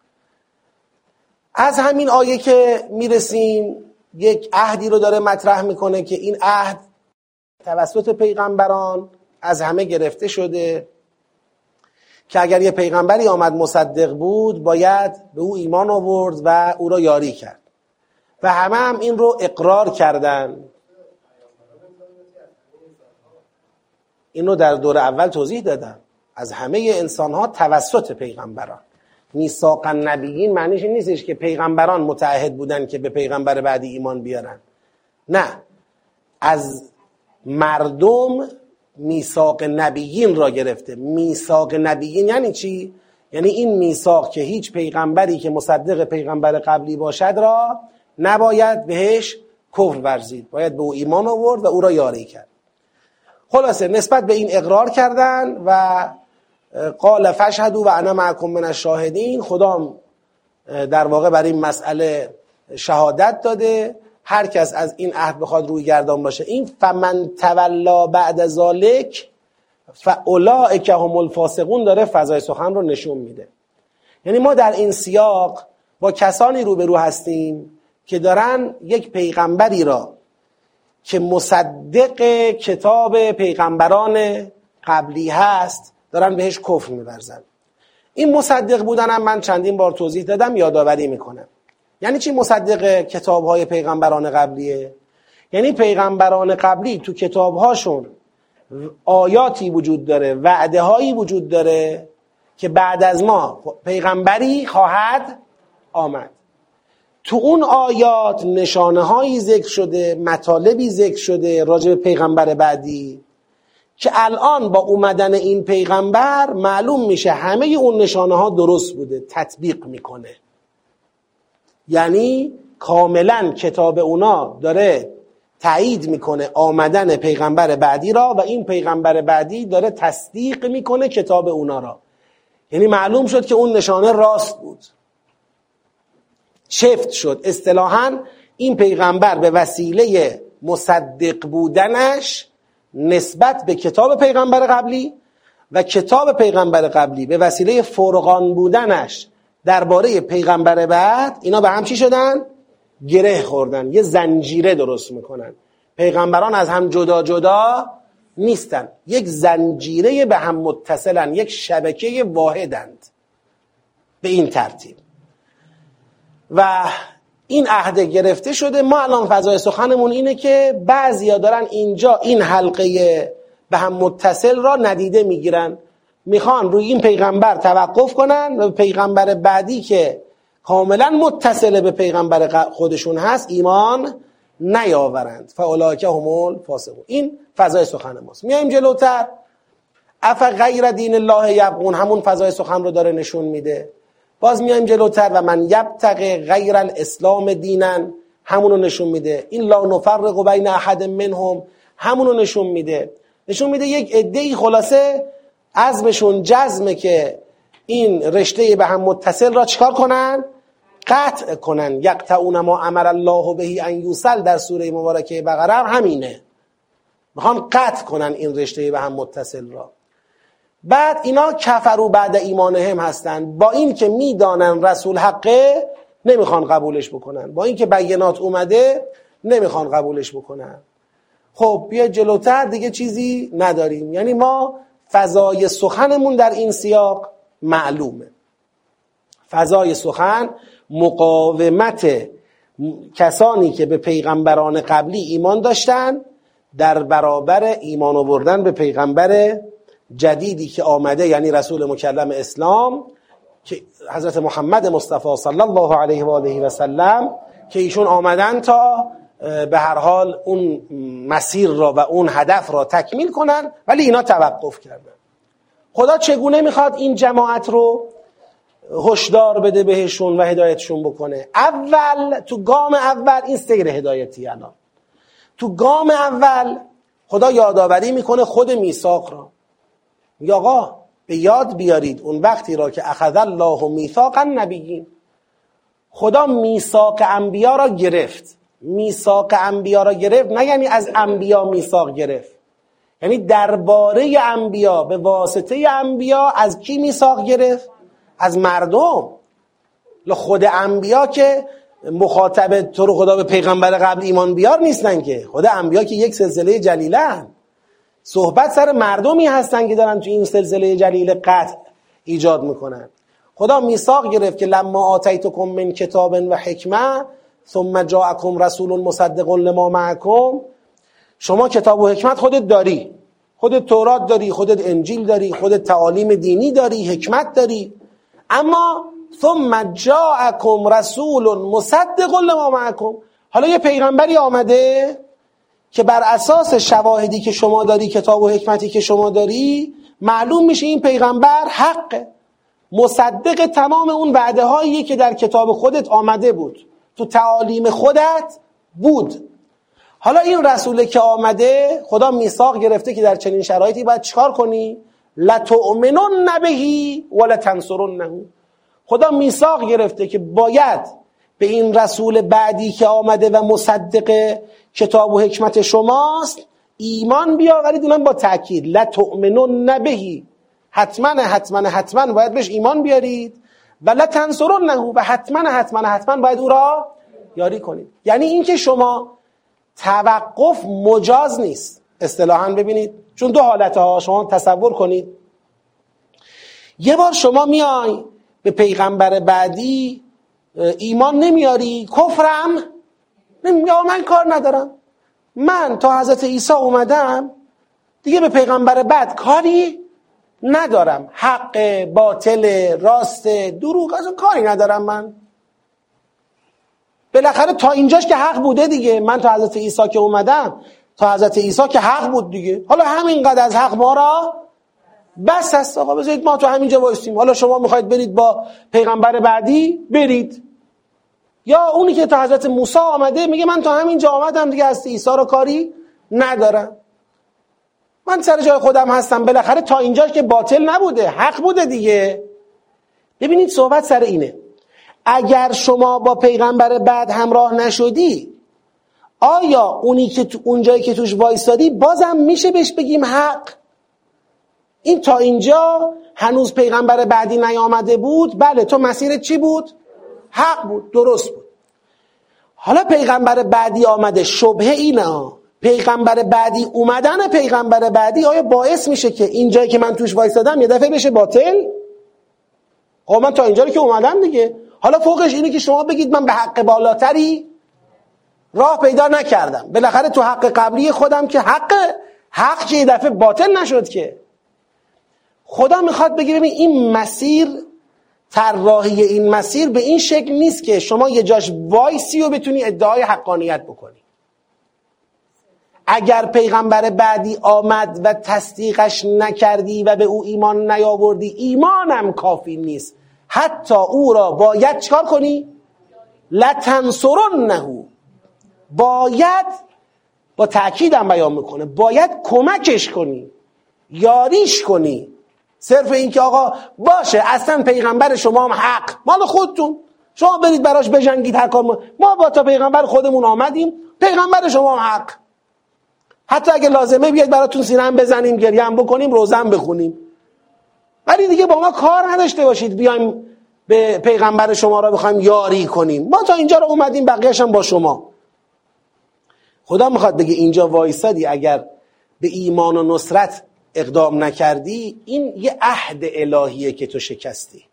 از همین آیه که میرسیم یک عهدی رو داره مطرح میکنه که این عهد توسط پیغمبران از همه گرفته شده که اگر یه پیغمبری آمد مصدق بود باید به او ایمان آورد و او را یاری کرد و همه هم این رو اقرار کردن. اینو در دور اول توضیح دادم. از همه انسان ها توسط پیغمبران. میثاق النبیین معنیش این نیستش که پیغمبران متعهد بودن که به پیغمبر بعدی ایمان بیارن. نه، از مردم میثاق نبیین را گرفته. میثاق نبیین یعنی چی؟ یعنی این میثاق که هیچ پیغمبری که مصدق پیغمبر قبلی باشد را نباید بهش کفر ورزید، باید به او ایمان آورد و او را یاری کرد. خلاصه نسبت به این اقرار کردن و قال فاشهدوا و انا معکم من الشاهدین. خدا در واقع برای این مسئله شهادت داده. هر کس از این عهد بخواد روی گردان باشه. این فمن تولا بعد ذالک فاولئک هم الفاسقون داره فضای سخن رو نشون میده. یعنی ما در این سیاق با کسانی روبرو هستیم که دارن یک پیغمبری را که مصدق کتاب پیغمبران قبلی هست دارن بهش کفر می‌ورزن. این مصدق بودن هم من چندین بار توضیح دادم، یادآوری میکنم. یعنی چی مصدق کتاب‌های پیغمبران قبلیه؟ یعنی پیغمبران قبلی تو کتاب‌هاشون آیاتی وجود داره، وعده‌هایی وجود داره که بعد از ما پیغمبری خواهد آمد. تو اون آیات نشانه‌هایی ذکر شده، مطالبی ذکر شده راجع به پیغمبر بعدی که الان با اومدن این پیغمبر معلوم میشه همه اون نشانه‌ها درست بوده، تطبیق میکنه. یعنی کاملا کتاب اونا داره تایید میکنه آمدن پیغمبر بعدی را و این پیغمبر بعدی داره تصدیق میکنه کتاب اونا را. یعنی معلوم شد که اون نشانه راست بود، شفت شد. اصطلاحاً این پیغمبر به وسیله مصدق بودنش نسبت به کتاب پیغمبر قبلی و کتاب پیغمبر قبلی به وسیله فرقان بودنش درباره پیغمبر بعد، اینا به هم چی شدن؟ گره خوردن، یه زنجیره درست میکنن. پیغمبران از هم جدا جدا نیستن، یک زنجیره به هم متصلن، یک شبکه واحدند به این ترتیب. و این عهد گرفته شده. ما الان فضای سخنمون اینه که بعضیا دارن اینجا این حلقه به هم متصل را ندیده میگیرن، میخوان روی این پیغمبر توقف کنن و پیغمبر بعدی که کاملا متصل به پیغمبر خودشون هست ایمان نیاورند. فاولئک هم الفاسقون. این فضای سخن ماست. میایم جلوتر. اف غیر دین الله یبغون، همون فضای سخن رو داره نشون میده. باز میایم جلوتر و من یبتغی غیر الاسلام دینن، همونو نشون میده. این لا نفرق بین احد منهم، همونو نشون میده. نشون میده یک عده‌ای خلاصه عزمشون جزمه که این رشته به هم متصل را چیکار کنن؟ قطع کنن. یقطعون ما امر الله به ان یوصل در سوره مبارکه بقره همینه، میخوان قطع کنن این رشته به هم متصل را. بعد اینا کفروا بعد ایمانهم هستن، با این که میدانن رسول حقه نمیخوان قبولش بکنن، با این که بینات اومده نمیخوان قبولش بکنن. خب بیا جلوتر دیگه چیزی نداریم. یعنی ما فضای سخنمون در این سیاق معلومه. فضای سخن مقاومت کسانی که به پیغمبران قبلی ایمان داشتن در برابر ایمان آوردن به پیغمبر جدیدی که آمده، یعنی رسول مکلم اسلام که حضرت محمد مصطفی صلی الله علیه و آله و سلم، که ایشون آمدن تا به هر حال اون مسیر را و اون هدف را تکمیل کنن، ولی اینا توقف کردن. خدا چگونه میخواد این جماعت رو هشدار بده بهشون و هدایتشون بکنه؟ اول تو گام اول این سیر هدایتی، الان تو گام اول خدا یادآوری میکنه خود میثاق را. میگه آقا به یاد بیارید اون وقتی را که اخذ الله میثاق النبیین، خدا میثاق انبیا را گرفت. میثاق انبیا را گرفت نه یعنی از انبیا میثاق گرفت، یعنی درباره انبیا به واسطه انبیا از کی میثاق گرفت؟ از مردم. خود انبیا که مخاطب تو رو خدا به پیغمبر قبل ایمان بیار نیستن که، خود انبیا که یک سلسله جلیله هن. صحبت سر مردمی هستن که دارن تو این سلسله جلیل قطع ایجاد میکنن. خدا میثاق گرفت که لما آتیتکم من کتاب و حکمه ثم جاءکم رسول مصدق لما معکم، شما کتاب و حکمت خودت داری، خودت تورات داری، خودت انجیل داری، خودت تعالیم دینی داری، حکمت داری، اما ثم جاءکم رسول مصدق لما معکم. حالا یه پیغمبری آمده که بر اساس شواهدی که شما داری، کتاب و حکمتی که شما داری، معلوم میشه این پیغمبر حقه، مصدق تمام اون وعده هایی که در کتاب خودت آمده بود، تو تعالیم خودت بود. حالا این رسوله که آمده، خدا میثاق گرفته که در چنین شرایطی باید چیکار کنی؟ لتؤمنن به ولتنصرنه. خدا میثاق گرفته که باید به این رسول بعدی که آمده و مصدق کتاب و حکمت شماست ایمان بیاورید. اونم با تأکید لتؤمنن به، حتما حتما حتما باید بهش ایمان بیارید، و لتنصرنه، و حتما حتما حتما باید او را یاری کنید. یعنی این که شما توقف مجاز نیست اصطلاحاً. ببینید چون دو حالت ها، شما تصور کنید یه بار شما میای به پیغمبر بعدی ایمان نمیاری، کفرم نمیگم، من کار ندارم، من تا حضرت عیسی اومدم دیگه به پیغمبر بعد کاری ندارم، حق باطل راست دروغ از کاری ندارم، من بالاخره تا اینجاش که حق بوده دیگه، من تا حضرت عیسی که اومدم، تا حضرت عیسی که حق بود دیگه، حالا همینقدر از حق ما را بس هست، آقا بذارید ما تو همینجا وایسیم، حالا شما میخواید برید با پیغمبر بعدی برید. یا اونی که تا حضرت موسی آمده میگه من تا همینجا آمدم دیگه، حضرت عیسی را کاری ندارم، من سر جای خودم هستم، بالاخره تا اینجاش که باطل نبوده، حق بوده دیگه. ببینید صحبت سر اینه، اگر شما با پیغمبر بعد همراه نشدی، آیا اونی که تو اونجایی که توش وایسادی بازم میشه بهش بگیم حق؟ این تا اینجا هنوز پیغمبر بعدی نیامده بود، بله تو مسیرت چی بود؟ حق بود، درست بود. حالا پیغمبر بعدی آمده، شبهه اینه، پیغمبر بعدی اومدن پیغمبر بعدی آیا باعث میشه که این جایی که من توش وایسادم یه دفعه بشه باطل؟ خب من تا اینجا که اومدم دیگه، حالا فوقش اینه که شما بگید من به حق بالاتری راه پیدا نکردم، بالاخره تو حق قبلی خودم که حق حق که یه دفعه باطل نشد که. خدا میخواد بگه ببین این مسیر، طراحی این مسیر به این شکل نیست که شما یه جاش وایسی و بتونی ادعای حقانیت بکنی. اگر پیغمبر بعدی آمد و تصدیقش نکردی و به او ایمان نیاوردی، ایمانم کافی نیست، حتی او را باید چکار کنی؟ لتنصرنه، باید، با تأکیدم بیان میکنه، باید کمکش کنی، یاریش کنی. صرف این که آقا باشه اصلا پیغمبر شما هم حق، مال خودتون، شما برید براش بجنگید هر کار، ما با تا پیغمبر خودمون آمدیم، پیغمبر شما هم حق، حتی اگه لازمه بیاید براتون سینه هم بزنیم، گریه هم بکنیم، روزه هم بخونیم، ولی دیگه با ما کار نداشته باشید بیایم به پیغمبر شما را بخوایم یاری کنیم، ما تا اینجا رو اومدیم، بقیه‌اش هم با شما. خدا میخواد بگه اینجا وایسادی، اگر به ایمان و نصرت اقدام نکردی، این یه عهد الهیه که تو شکستی،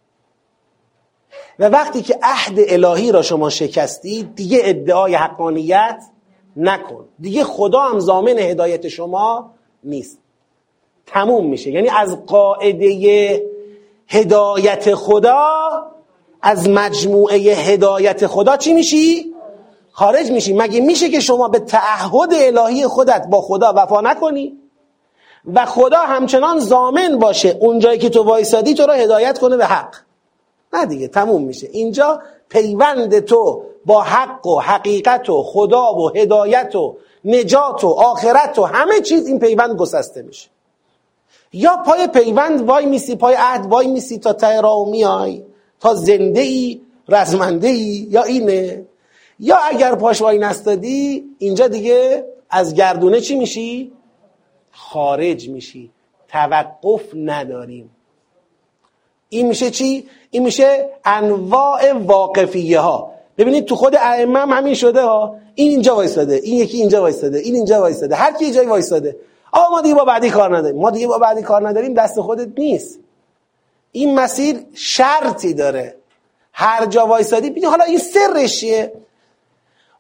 و وقتی که عهد الهی را شما شکستی دیگه ادعای حقانیت نکن، دیگه خدا هم ضامن هدایت شما نیست، تموم میشه. یعنی از قاعده هدایت خدا، از مجموعه هدایت خدا چی میشی؟ خارج میشی. مگه میشه که شما به تعهد الهی خودت با خدا وفا نکنی و خدا همچنان ضامن باشه اونجایی که تو وایسادی تو رو هدایت کنه به حق؟ نه دیگه، تموم میشه. اینجا پیوند تو با حق و حقیقت و خدا و هدایت و نجات و آخرت و همه چیز، این پیوند گسسته میشه. یا پای پیوند وای میسی، پای عهد وای میسی تا ته راه میای، تا زنده ای رزمنده ای، یا اینه. یا اگر پاش وای نستادی، اینجا دیگه از گردونه چی میشی؟ خارج میشی، توقف نداریم. این میشه چی؟ این میشه انواع واقفیه ها. ببینید تو خود ائمه هم همین شده ها، این اینجا وایساده، این یکی اینجا وایساده، این اینجا وایساده، هر کی جای وایساده. آقا ما دیگه با بعدی کار نداریم، ما دیگه با بعدی کار نداریم، دست خودت نیست. این مسیر شرطی داره، هر جا وایسادی ببین. حالا این سرش چیه؟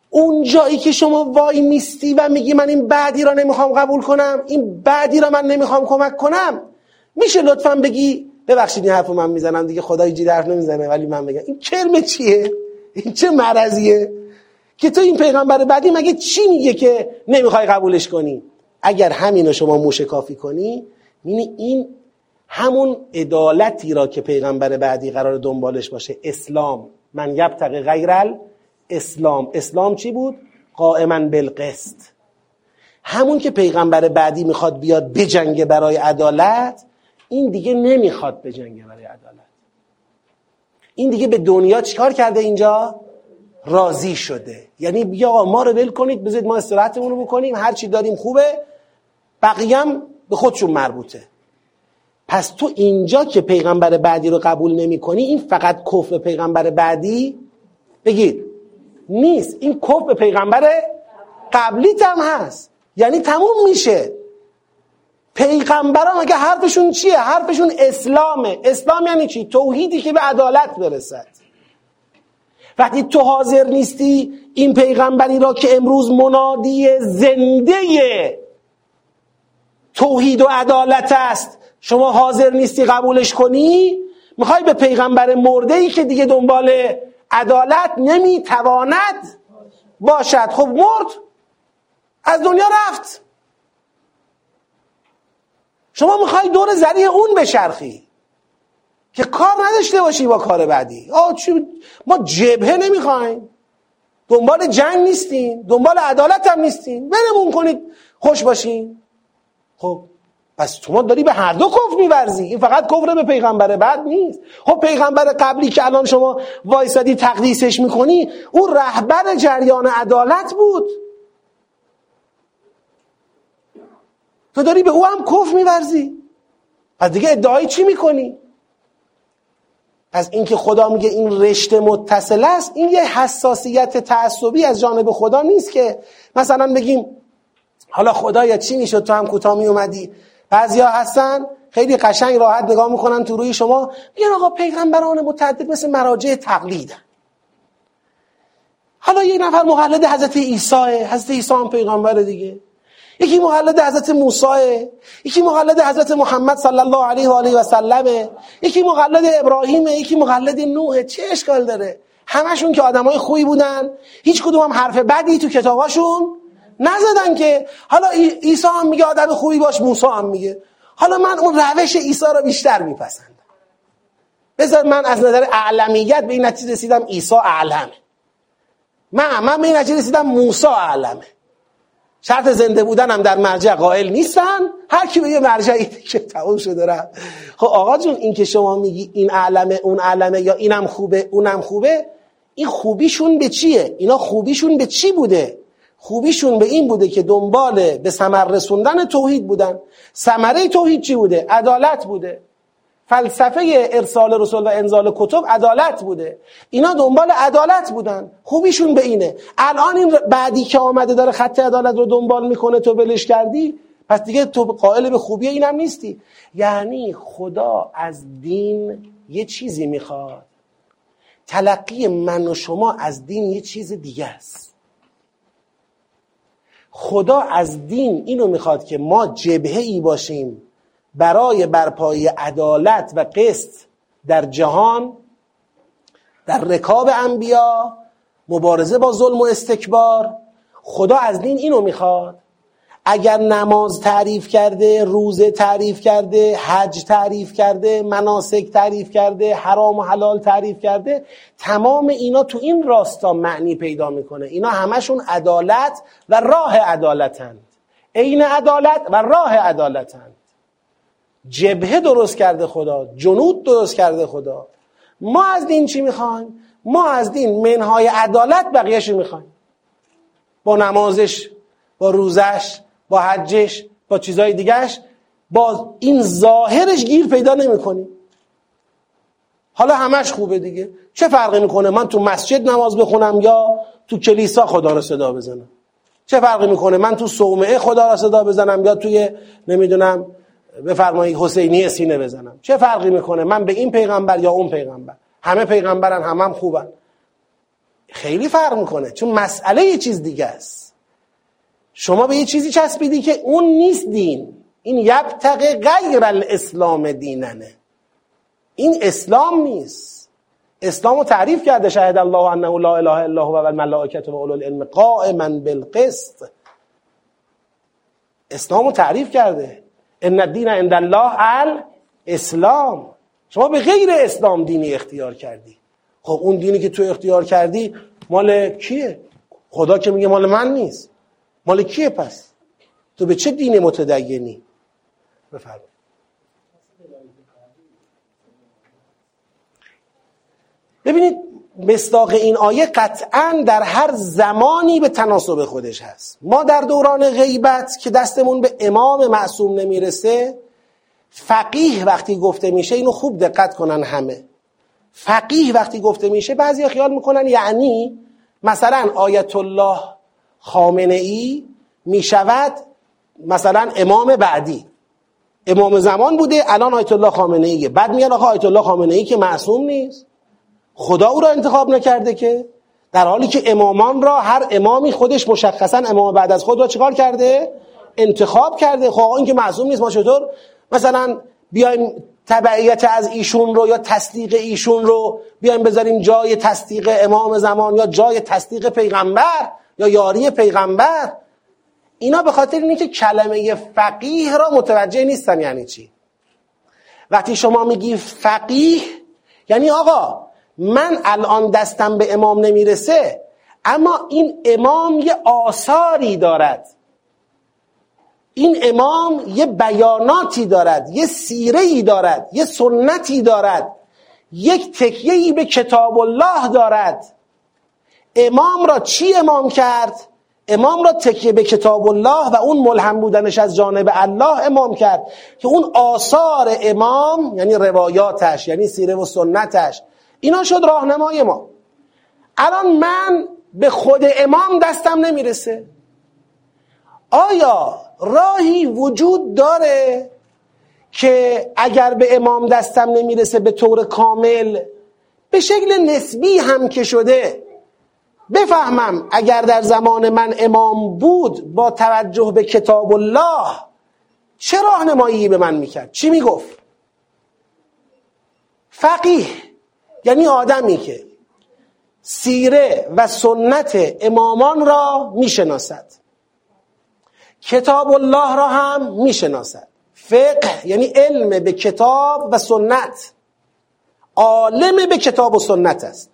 اون جایی که شما وای میستی و میگی من این بعدی را نمیخوام قبول کنم، این بعدی را من نمیخوام کمک کنم، میشه لطفاً بگی ببخشید این حرفو من میزنم دیگه، خدا اینجوری حرف نمیزنه، ولی من بگم این کرم چیه؟ این چه مرضیه که تو این پیغمبر بعدی مگه چی میگه که نمیخوای قبولش کنی؟ اگر همینو شما موشکافی کنی، یعنی این همون عدالتی را که پیغمبر بعدی قرار دنبالش باشه، اسلام، من یبتغی غیر الاسلام، اسلام چی بود؟ قائما بالقسط. همون که پیغمبر بعدی میخواد بیاد بجنگه برای عدالت، این دیگه نمیخواد بجنگه برای عدالت. این دیگه به دنیا چیکار کرده؟ اینجا راضی شده. یعنی بیا ما رو ول کنید، بذارید ما استراحتمون رو بکنیم، هر چی داریم خوبه، بقیه هم به خودشون مربوطه. پس تو اینجا که پیغمبر بعدی رو قبول نمی کنی، این فقط کفر پیغمبر بعدی بگید نیست، این کفر به پیغمبر قبلیت هم هست. یعنی تموم میشه. پیغمبران اگه حرفشون چیه؟ حرفشون اسلامه. اسلام یعنی چی؟ توحیدی که به عدالت برسد. وقتی تو حاضر نیستی این پیغمبری را که امروز منادی زنده توحید و عدالت است، شما حاضر نیستی قبولش کنی، میخوای به پیغمبر مرده‌ای که دیگه دنبال عدالت نمیتواند باشد، خب مرد، از دنیا رفت، شما میخوای دور ذریع اون بچرخی که کار نداشته باشی با کار بعدی. آه چی؟ ما جبهه نمیخوایم، دنبال جنگ نیستیم، دنبال عدالت هم نیستیم، ولمون کنید خوش باشین. خب پس تو داری به هر دو کفر میورزی. این فقط کفر به پیغمبر بعد نیست. خب پیغمبر قبلی که الان شما وایسادی تقدیسش میکنی، اون رهبر جریان عدالت بود، تو داری به او هم کفر میورزی، پس دیگه ادعای چی میکنی؟ پس این که خدا میگه این رشته متصل است، این یه حساسیت تعصبی از جانب خدا نیست که مثلا بگیم حالا خدایا چی میشد تو هم کوتاه می اومدی. بعضیا هستن خیلی قشنگ راحت نگاه میکنن تو روی شما، میگن آقا پیغمبران متعدد مثل مراجع تقلیدن. حالا یک نفر مقلد حضرت عیسی، حضرت عیسی هم پیغمبر دیگه، یکی مقلد حضرت موسی، یکی مقلد حضرت محمد صلی الله علیه و آله و سلم، یکی مقلد ابراهیم، یکی مقلد نوح. چه اشکال داره؟ همشون که آدمای خوبی بودن، هیچ کدوم هم حرف بدی تو کتاباشون نزدن که. حالا عیسی هم میگه آدم خوبی باش، موسی هم میگه. حالا من اون روش عیسی رو بیشتر میپسندم. بذار من از نظر اعلمیت به این نتیجه رسیدم عیسی اعلمه. من من به این نتیجه رسیدم موسی اعلمه. شرط زنده بودنم در مرجع قائل نیستن، هر کی به یه مرجعی که تموم شده رفت. خب آقا جون، این که شما میگی این اعلمه اون اعلمه یا اینم خوبه اونم خوبه، این خوبیشون به چیه؟ اینا خوبیشون به چی بوده؟ خوبیشون به این بوده که دنبال به ثمر رسوندن توحید بودن. ثمره توحید چی بوده؟ عدالت بوده. فلسفه ارسال رسول و انزال کتب عدالت بوده. اینا دنبال عدالت بودن، خوبیشون به اینه. الان این بعدی که آمده داره خط عدالت رو دنبال میکنه، تو بلش کردی، پس دیگه تو قائل به خوبی اینم نیستی. یعنی خدا از دین یه چیزی میخواد، تلقی من و شما از دین یه چیز دیگه است. خدا از دین اینو میخواد که ما جبهه‌ای باشیم برای برپایی عدالت و قسط در جهان، در رکاب انبیا، مبارزه با ظلم و استکبار. خدا از دین اینو میخواد. اگر نماز تعریف کرده، روزه تعریف کرده، حج تعریف کرده، مناسک تعریف کرده، حرام و حلال تعریف کرده، تمام اینا تو این راستا معنی پیدا میکنه. اینا همشون عدالت و راه عدالتند، عین عدالت و راه عدالتند. جبهه درست کرده خدا، جنود درست کرده خدا. ما از دین چی میخوایم؟ ما از دین منهای عدالت بقیه‌شو میخوایم، با نمازش، با روزش، با حجش، با چیزای دیگهش، با این ظاهرش گیر پیدا نمی کنیم. حالا همش خوبه دیگه، چه فرقی میکنه من تو مسجد نماز بخونم یا تو کلیسا خدا را صدا بزنم؟ چه فرقی میکنه من تو صومعه خدا را صدا بزنم یا توی نمیدونم بفرمایید حسینی سینه بزنم؟ چه فرقی میکنه من به این پیغمبر یا اون پیغمبر؟ همه پیغمبرن، همه هم خوبن. خیلی فرق میکنه، چون مسئله یه چیز دیگه است. شما به یه چیزی چسبیدی که اون نیست دین. این یبتغی غیر الاسلام دیننه، این اسلام نیست. اسلامو تعریف کرده شهد الله انه لا اله الا هو و الملائکه و اولو العلم قائما بالقسط. اسلامو تعریف کرده، ان الدین عند الله الاسلام. شما به غیر اسلام دینی اختیار کردی. خب اون دینی که تو اختیار کردی مال کیه؟ خدا که میگه مال من نیست، مال کیه پس؟ تو به چه دین متدینی؟ بفرمایید. ببینید مصداق این آیه قطعاً در هر زمانی به تناسب خودش هست. ما در دوران غیبت که دستمون به امام معصوم نمیرسه، فقیه وقتی گفته میشه، اینو خوب دقت کنن همه، فقیه وقتی گفته میشه بعضی خیال میکنن یعنی مثلا آیت الله خامنه ای میشود مثلا امام بعدی، امام زمان بوده الان آیت الله خامنه ایه. بعد میگن آخه آیت الله خامنه ای که معصوم نیست، خدا او را انتخاب نکرده که، در حالی که امامان را هر امامی خودش مشخصا امام بعد از خود را چیکار کرده؟ انتخاب کرده. خب این که معصوم نیست، ما چطور مثلا بیایم تبعیت از ایشون رو یا تصدیق ایشون رو بیایم بذاریم جای تصدیق امام زمان یا جای تصدیق پیغمبر یا یاری پیغمبر؟ اینا به خاطر اینه که کلمه فقیه را متوجه نیستن. یعنی چی؟ وقتی شما میگی فقیه یعنی آقا من الان دستم به امام نمیرسه، اما این امام یه آثاری دارد، این امام یه بیاناتی دارد، یه سیره‌ای دارد، یه سنتی دارد، یک تکیه‌ای به کتاب الله دارد. امام را چی امام کرد؟ امام را تکیه به کتاب الله و اون ملهم بودنش از جانب الله امام کرد که اون آثار امام یعنی روایاتش یعنی سیره و سنتش اینا شد راهنمای ما. الان من به خود امام دستم نمیرسه، آیا راهی وجود داره که اگر به امام دستم نمیرسه به طور کامل به شکل نسبی هم که شده بفهمم اگر در زمان من امام بود با توجه به کتاب الله چه راهنمایی به من میکرد؟ چی میگفت؟ فقیه یعنی آدمی که سیره و سنت امامان را میشناسد، کتاب الله را هم میشناسد. فقه یعنی علم به کتاب و سنت، عالم به کتاب و سنت است.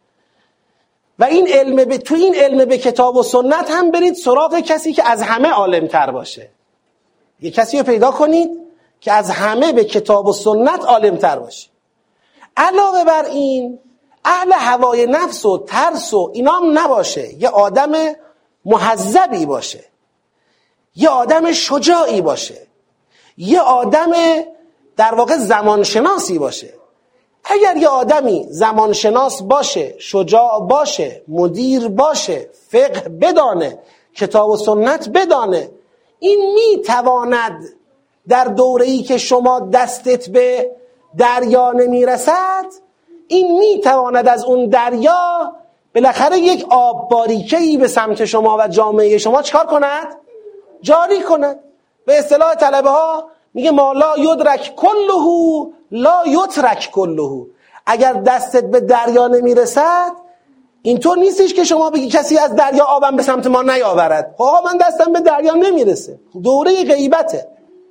و این علم به تو این علم به کتاب و سنت هم برید سراغ کسی که از همه عالم تر باشه. یه کسی رو پیدا کنید که از همه به کتاب و سنت عالم تر باشه. علاوه بر این اهل هوای نفس و ترس و اینام نباشه، یه آدم مهذبی باشه، یه آدم شجاعی باشه، یه آدم در واقع زمانشناسی باشه. اگر یه آدمی زمانشناس باشه، شجاع باشه، مدیر باشه، فقه بدانه، کتاب و سنت بدانه، این میتواند در دوره‌ای که شما دستت به دریا نمیرسد، این میتواند از اون دریا بالاخره یک آب باریکه‌ای به سمت شما و جامعه شما چکار کند؟ جاری کند. به اصطلاح طلبه ها میگه ما لا یدرک کلهو لا یترک کلهو. اگر دستت به دریا نمیرسد اینطور نیستش که شما بگی کسی از دریا آبم به سمت ما نیاورد. آقا من دستم به دریا نمیرسه، دوره غیبته.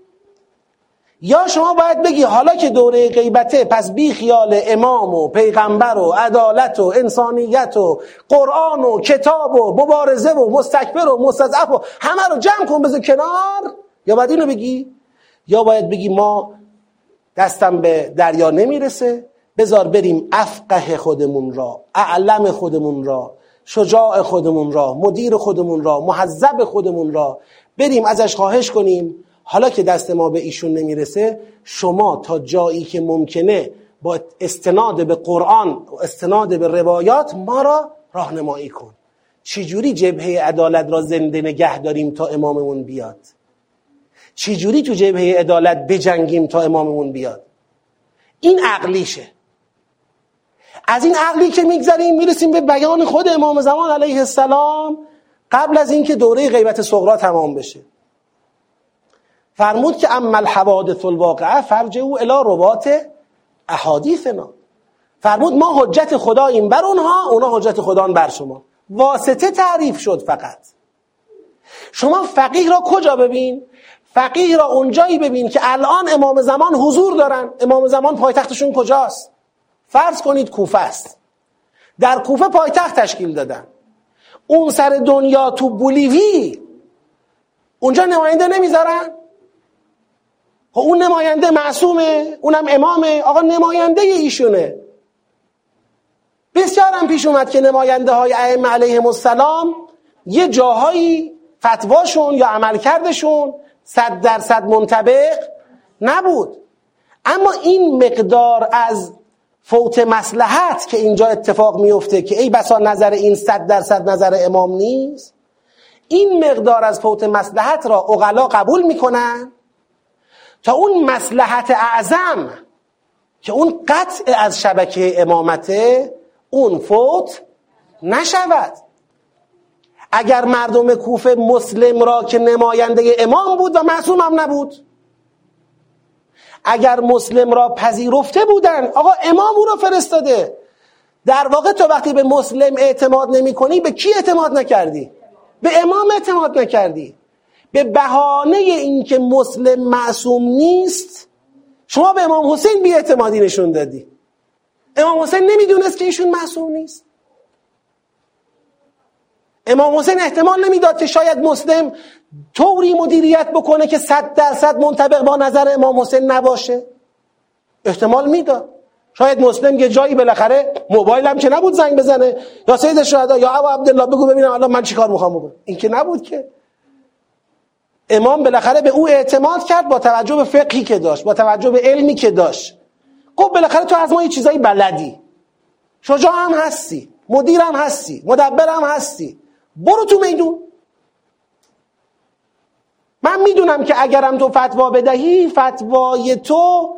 یا شما باید بگی حالا که دوره غیبته پس بی خیال امام و پیغمبر و عدالت و انسانیت و قرآن و کتاب و مبارزه و مستکبر و مستضعف و همه رو جمع کن بذار کنار. یا باید اینو بگی، یا باید بگی ما دستم به دریا نمیرسه، بذار بریم افقه خودمون را، اعلم خودمون را، شجاع خودمون را، مدیر خودمون را، مهذب خودمون را بریم ازش خواهش کنیم حالا که دست ما به ایشون نمیرسه شما تا جایی که ممکنه با استناد به قرآن و استناد به روایات ما را راهنمایی کن. چجوری جبهه عدالت را زنده نگه داریم تا اماممون بیاد؟ چجوری تو جبهه عدالت بجنگیم تا اماممون بیاد؟ این عقلیشه. از این عقلی که میگذریم میرسیم به بیان خود امام زمان علیه السلام قبل از اینکه دوره غیبت صغرا تمام بشه. فرمود که اما الحوادث الواقعه فرجعوا الی رباط احادیثنا. فرمود ما حجت خداییم بر اونها، اونها حجت خدا بر شما. واسطه تعریف شد. فقط شما فقیه را کجا ببین؟ فقیه را اونجایی ببین که الان امام زمان حضور دارن. امام زمان پایتختشون کجاست؟ فرض کنید کوفه است. در کوفه پایتخت تشکیل دادن. اون سر دنیا تو بولیوی اونجا نماینده نمیذارن؟ خب اون نماینده معصومه، اونم امامه، آقا نماینده ایشونه. بسیار هم پیش اومد که نماینده های ائمه علیهم السلام یه جاهایی فتواشون یا عملکردشون صد درصد منطبق نبود، اما این مقدار از فوت مصلحت که اینجا اتفاق میفته که ای بسا نظر این صد درصد نظر امام نیست، این مقدار از فوت مصلحت را عقلا قبول میکنن تا اون مصلحت اعظم که اون قطع از شبکه امامته اون فوت نشود. اگر مردم کوفه مسلم را که نماینده امام بود و معصوم هم نبود، اگر مسلم را پذیرفته بودن، آقا امام او را فرستاده، در واقع تو وقتی به مسلم اعتماد نمی کنی به کی اعتماد نکردی؟ به امام اعتماد نکردی. به بهانه اینکه مسلم معصوم نیست شما به امام حسین بی اعتمادی نشون دادی. امام حسین نمیدونست که ایشون معصوم نیست. امام حسین احتمال نمیداد که شاید مسلم طوری مدیریت بکنه که صد درصد منطبق با نظر امام حسین نباشه. احتمال میداد شاید مسلم یه جایی بالاخره موبایل هم که نبود زنگ بزنه یا سید الشهدا یا ابو عبدالله بگو ببینم الان من چیکار میخوام بکنم. این که نبود که. امام بالاخره به او اعتماد کرد با توجه به فقهی که داشت، با توجه به علمی که داشت. خب بالاخره تو از ما یه چیزایی بلدی، شجاع هم هستی، مدیر هم هستی، مدبر هم هستی، برو تو میدون. من میدونم که اگرم تو فتوا بدهی فتوای تو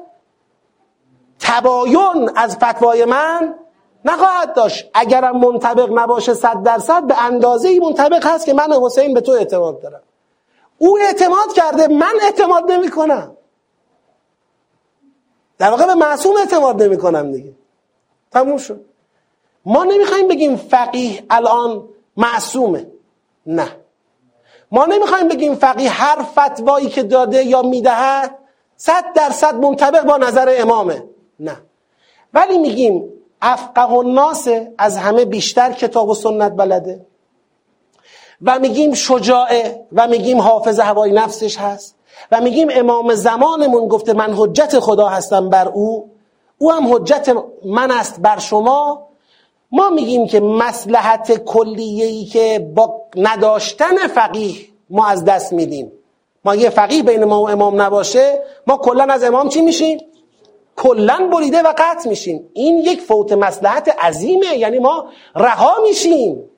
تباین از فتوای من نخواهد داشت. اگرم منطبق نباشه صد درصد به اندازه‌ای منطبق هست که من حسین به تو اعتماد دارم. او اعتماد کرده، من اعتماد نمی کنم. در واقع به معصوم اعتماد نمی کنم دیگه. تموم شد. ما نمیخوایم بگیم فقیه الان معصومه، نه. ما نمیخوایم بگیم فقیه هر فتوایی که داده یا میدهد صد درصد منطبق با نظر امامه، نه. ولی میگیم افقه الناس، از همه بیشتر کتاب و سنت بلده، و میگیم شجاعه، و میگیم حافظ هوای نفسش هست، و میگیم امام زمانمون گفته من حجت خدا هستم بر او، او هم حجت من است بر شما. ما میگیم که مصلحت کلیه‌ای که با نداشتن فقیه ما از دست میدیم، ما یه فقیه بین ما و امام نباشه، ما کلن از امام چی میشیم؟ کلن بریده و قطع میشیم. این یک فوت مصلحت عظیمه، یعنی ما رها میشیم.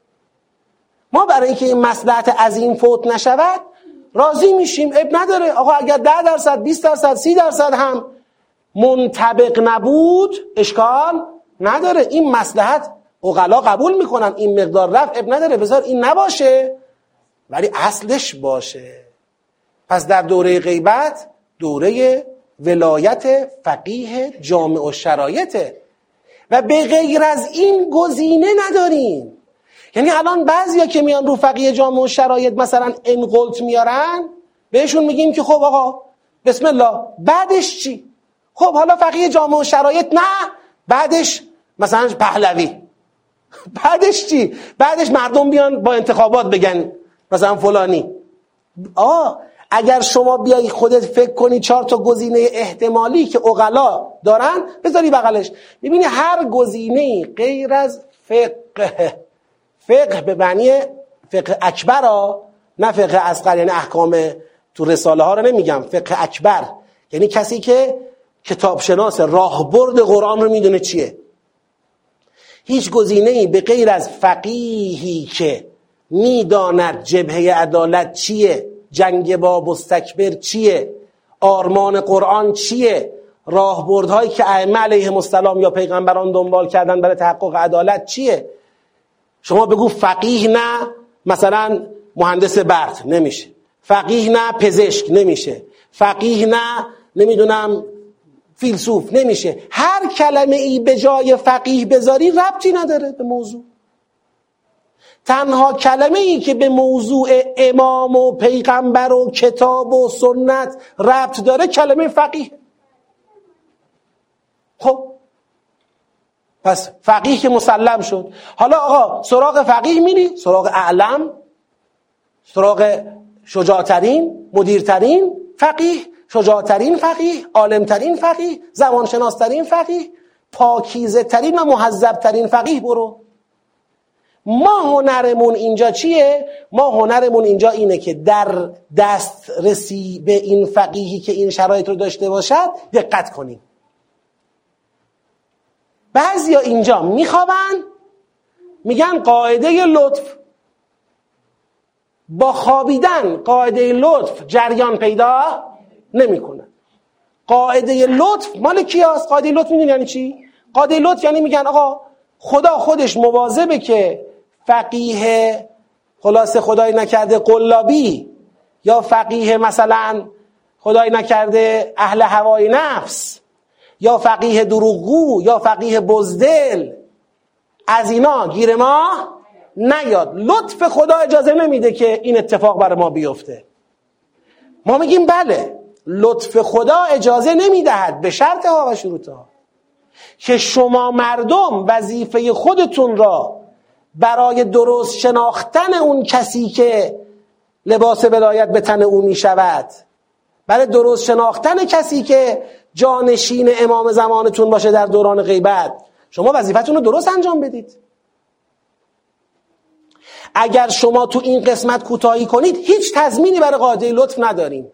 ما برای اینکه این مصلحت عظیم فوت نشود راضی میشیم، اب نداره آقا اگر ده درصد بیست درصد سی درصد هم منطبق نبود اشکال نداره. این مصلحت عقلا قبول میکنن، این مقدار رفت اب نداره، بذار این نباشه ولی اصلش باشه. پس در دوره غیبت دوره ولایت فقیه جامع و شرایطه و به غیر از این گزینه نداریم. یعنی الان بعضیا که میان رو فقیه جامع و شرایط مثلا انقلت میارن، بهشون میگیم که خب آقا بسم الله، بعدش چی؟ خب حالا فقیه جامع و شرایط نه، بعدش مثلا پهلوی، بعدش چی؟ بعدش مردم بیان با انتخابات بگن مثلا فلانی. آه اگر شما بیای خودت فکر کنی چهار تا گزینه احتمالی که عقلا دارن بذاری بغلش، میبینی هر گزینه‌ای غیر از فقه، فقه به معنی فقه اکبر ها، نه فقه اصغر، یعنی احکام تو رساله ها رو نمیگم، فقه اکبر یعنی کسی که کتابشناس راهبرد قرآن رو میدونه چیه. هیچ گزینه‌ای به غیر از فقیهی که میداند جبهه عدالت چیه، جنگ با مستکبر چیه، آرمان قرآن چیه، راهبردهایی که ائمه علیهم السلام یا پیغمبران دنبال کردن برای تحقق عدالت چیه؟ شما بگو فقیه نه مثلا مهندس برق نمیشه، فقیه نه پزشک نمیشه، فقیه نه نمیدونم فیلسوف نمیشه. هر کلمه ای به جای فقیه بذاری ربطی نداره به موضوع. تنها کلمه ای که به موضوع امام و پیغمبر و کتاب و سنت ربط داره کلمه فقیه. خب پس فقیه که مسلم شد. حالا آقا سراغ فقیه میری، سراغ اعلم، سراغ شجاعترین مدیرترین فقیه، شجاعترین فقیه، عالمترین فقیه، زبانشناسترین فقیه، پاکیزه ترین و مهذب ترین فقیه برو. ما هنرمون اینجا چیه؟ ما هنرمون اینجا اینه که در دسترسی به این فقیهی که این شرایط رو داشته باشد دقت کنیم. بعضیا اینجا میخوابن میگن قاعده لطف، با خوابیدن قاعده لطف جریان پیدا نمیکنه. قاعده لطف مال کی است؟ قاعده لطف میدونی یعنی چی؟ قاعده لطف یعنی میگن آقا خدا خودش مواظبه که فقیه خلاصه خدای نکرده قلابی یا فقیه مثلا خدای نکرده اهل هوای نفس یا فقیه دروغگو یا فقیه بزدل از اینا گیر ما نیاد. لطف خدا اجازه نمیده که این اتفاق برای ما بیفته. ما میگیم بله لطف خدا اجازه نمیدهد به شرط ها و شروط ها که شما مردم وظیفه خودتون را برای درست شناختن اون کسی که لباس ولایت به تن او می شود، برای درست شناختن کسی که جانشین امام زمانتون باشه در دوران غیبت، شما وظیفتون رو درست انجام بدید. اگر شما تو این قسمت کوتاهی کنید هیچ تضمینی برای قاعده لطف نداریم.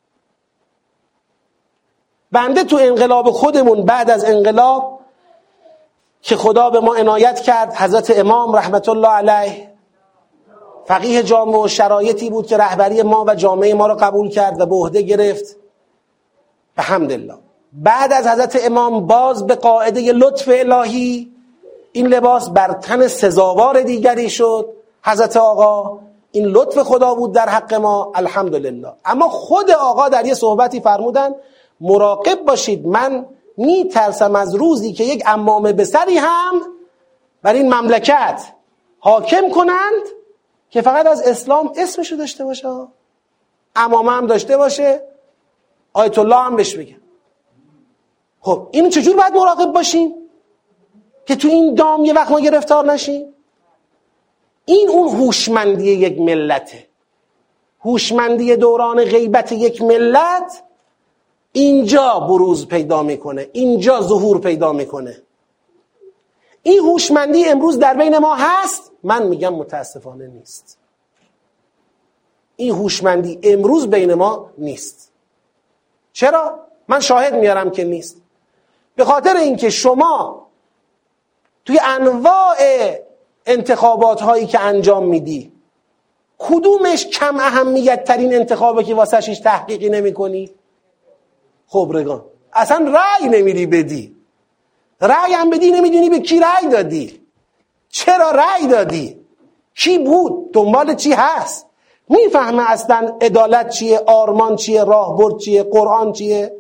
بنده تو انقلاب خودمون بعد از انقلاب که خدا به ما عنایت کرد، حضرت امام رحمت الله علیه فقیه جامعه و شرایطی بود که رهبری ما و جامعه ما رو قبول کرد و به عهده گرفت الحمدلله. بعد از حضرت امام باز به قاعده لطف الهی این لباس بر تن سزاوار دیگری شد. حضرت آقا این لطف خدا بود در حق ما الحمدلله. اما خود آقا در یه صحبتی فرمودن مراقب باشید، من می ترسم از روزی که یک عمامه به سری هم بر این مملکت حاکم کنند که فقط از اسلام اسمشو داشته باشه، عمامه هم داشته باشه، آیت الله هم بهش بگن. خب اینو چجور باید مراقب باشیم که تو این دام یه وقت ما گرفتار نشیم؟ این اون هوشمندی یک ملته. هوشمندی دوران غیبت یک ملت اینجا بروز پیدا میکنه، اینجا ظهور پیدا میکنه. این هوشمندی امروز در بین ما هست؟ من میگم متاسفانه نیست. این هوشمندی امروز بین ما نیست. چرا؟ من شاهد میارم که نیست. به خاطر اینکه شما توی انواع انتخابات هایی که انجام میدی کدومش کم اهمیت ترین انتخابه که واسه هیچ تحقیقی نمی کنی؟ خبرگان. اصلا رأی نمیری بدی. رأی هم بدی نمیدونی به کی رأی دادی، چرا رأی دادی، کی بود، دنبال چی هست، میفهمه اصلا عدالت چیه، آرمان چیه، راهبرد چیه، قرآن چیه.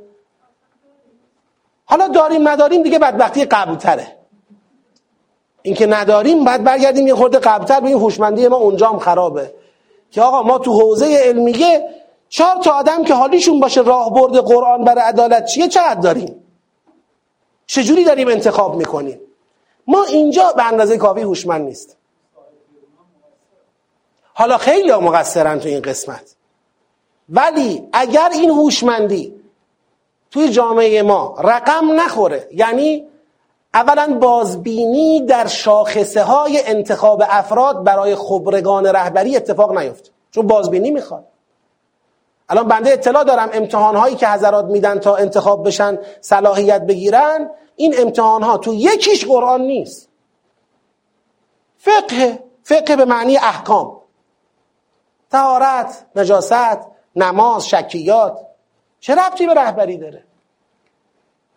حالا داریم نداریم دیگه بدبختی قبل‌تره. این که نداریم باید برگردیم یه خورده قبل‌تر ببینیم هوشمندی ما اونجا هم خرابه که آقا ما تو حوزه علمیه چهار تا آدم که حالیشون باشه راهبرد قرآن برای عدالت چیه چقدر داریم، چجوری داریم انتخاب میکنیم. ما اینجا به اندازه کافی هوشمند نیست. حالا خیلی ها مقصرن تو این قسمت، ولی اگر این هوشمندی توی جامعه ما رقم نخوره، یعنی اولا بازبینی در شاخصه های انتخاب افراد برای خبرگان رهبری اتفاق نیفت، چون بازبینی میخواد. الان بنده اطلاع دارم امتحان هایی که حضرات میدن تا انتخاب بشن صلاحیت بگیرن، این امتحان ها تو یکیش قرآن نیست، فقه، فقه به معنی احکام، طهارت، نجاست، نماز، شکیات. چه ربطی به رهبری داره؟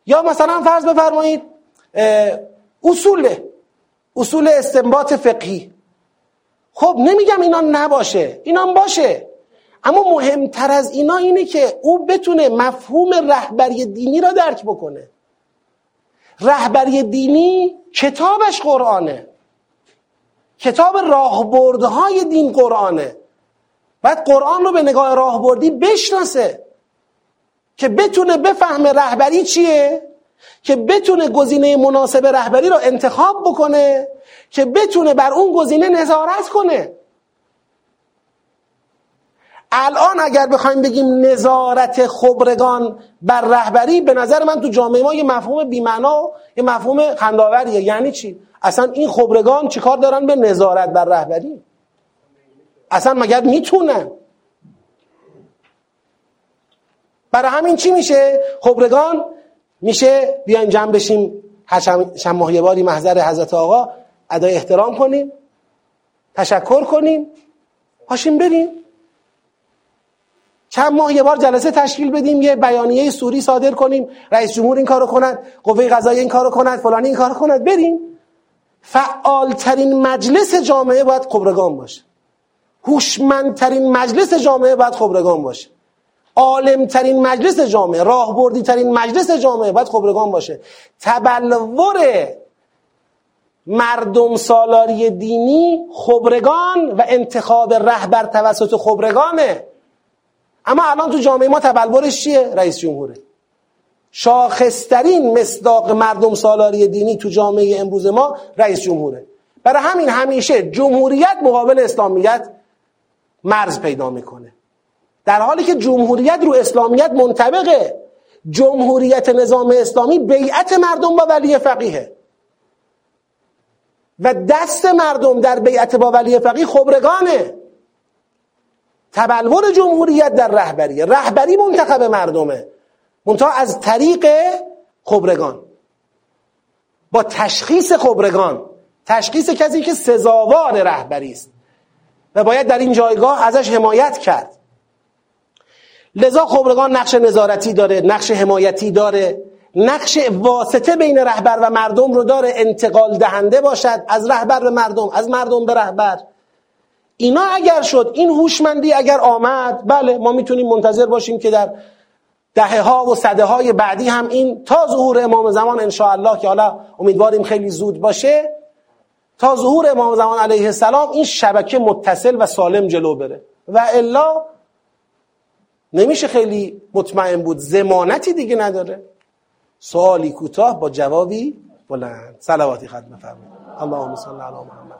یا مثلا فرض بفرمایید اصول اصول استنباط فقهی. خب نمیگم اینا نباشه، اینا باشه، اما مهمتر از اینا اینه که او بتونه مفهوم رهبری دینی را درک بکنه. رهبری دینی کتابش قرآنه، کتاب راهبردهای دین قرآنه. باید قرآن رو به نگاه راهبردی بشناسه که بتونه بفهمه رهبری چیه، که بتونه گزینه مناسب رهبری رو انتخاب بکنه، که بتونه بر اون گزینه نظارت کنه. الان اگر بخوایم بگیم نظارت خبرگان بر رهبری، به نظر من تو جامعه ما یه مفهوم بی‌معنا و یه مفهوم خنده‌آوریه. یعنی چی؟ اصلا این خبرگان چیکار دارن به نظارت بر رهبری؟ اصلا مگر میتونن؟ برای همین چی میشه؟ خبرگان میشه بیایم جمع بشیم هر چند ماه یه باری محضر حضرت آقا ادای احترام کنیم، تشکر کنیم، پاشیم بریم. چند ماه یه بار جلسه تشکیل بدیم، یه بیانیه سوری صادر کنیم، رئیس جمهور این کارو کند، قوه قضاییه این کارو کند، فلانی این کارو کند، بریم. فعالترین مجلس جامعه باید خبرگان باشه، هوشمندترین مجلس جامعه باید خبرگان باشه، عالمترین مجلس جامعه، راهبردی ترین مجلس جامعه باید خبرگان باشه. تبلور مردم سالاری دینی خبرگان و انتخاب رهبر توسط خبرگانه. اما الان تو جامعه ما تبلورش چیه؟ رئیس جمهوره. شاخصترین مصداق مردم سالاری دینی تو جامعه امروز ما رئیس جمهوره. برای همین همیشه جمهوریت مقابل اسلامیت مرز پیدا میکنه، در حالی که جمهوریت رو اسلامیت منطبقه. جمهوریت نظام اسلامی بیعت مردم با ولی فقیه و دست مردم در بیعت با ولی فقیه خبرگانه. تبلور جمهوریت در رهبری، رهبری منتخب مردمه، منتها از طریق خبرگان، با تشخیص خبرگان، تشخیص کسی که سزاوار رهبری است و باید در این جایگاه ازش حمایت کرد. لذا خبرگان نقش نظارتی داره، نقش حمایتی داره، نقش واسطه بین رهبر و مردم رو داره، انتقال دهنده باشد از رهبر به مردم، از مردم به رهبر. اینا اگر شد، این هوشمندی اگر آمد، بله ما میتونیم منتظر باشیم که در دهه ها و صده های بعدی هم این تا ظهور امام زمان انشاءالله، که حالا امیدواریم خیلی زود باشه، تا ظهور امام زمان علیه السلام این شبکه متصل و سالم جلو بره. و الا نمیشه خیلی مطمئن بود، ضمانتی دیگه نداره. سوالی کوتاه با جوابی بلند. صلواتی ختم فرمایید. اللهم صل علی محمد.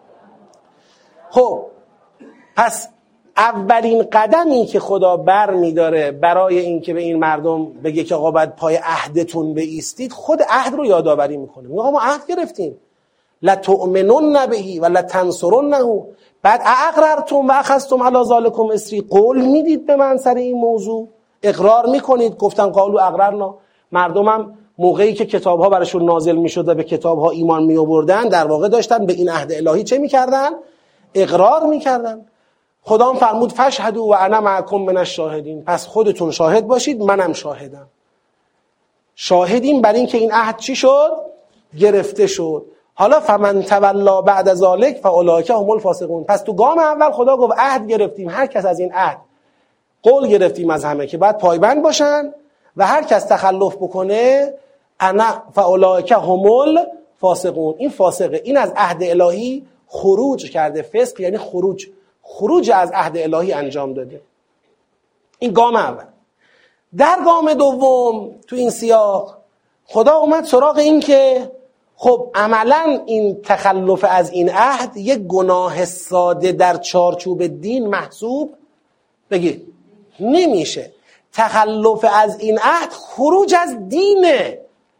خب پس اولین قدمی که خدا بر میداره برای اینکه به این مردم بگه که آقا باید پای عهدتون بایستید، خود عهد رو یادآوری میکنه. میگه ما عهد گرفتیم، لتؤمنن به و لتنصرنه. بعد اقررتم و اخذتم علی ذالکم اصری، قول میدید به من سر این موضوع، اقرار میکنید. گفتن قالوا اقررنا. مردمم موقعی که کتابها براشون نازل میشد و به کتابها ایمان میآوردن، در واقع داشتن به این عهد الهی چه میکردن؟ اقرار میکردن. خدا هم فرمود فاشهدوا و انا معکم من الشاهدین، پس خودتون شاهد باشید، منم شاهدم. شاهدیم بر این که این عهد چی شد؟ گرفته شد. حالا فمن تولا بعد ذلک فاولئک هم الفاسقون. پس تو گام اول خدا گفت عهد گرفتیم، هر کس از این عهد قول گرفتیم از همه که باید پایبند باشن و هر کس تخلف بکنه انا فاولئک هم الفاسقون، این فاسقه، این از عهد الهی خروج کرده. فسق یعنی خروج، خروج از عهد الهی انجام داده. این گام اول. در گام دوم تو این سیاق خدا اومد سراغ این که خب عملا این تخلف از این عهد یک گناه ساده در چارچوب دین محسوب بگید نمیشه. تخلف از این عهد خروج از دینه.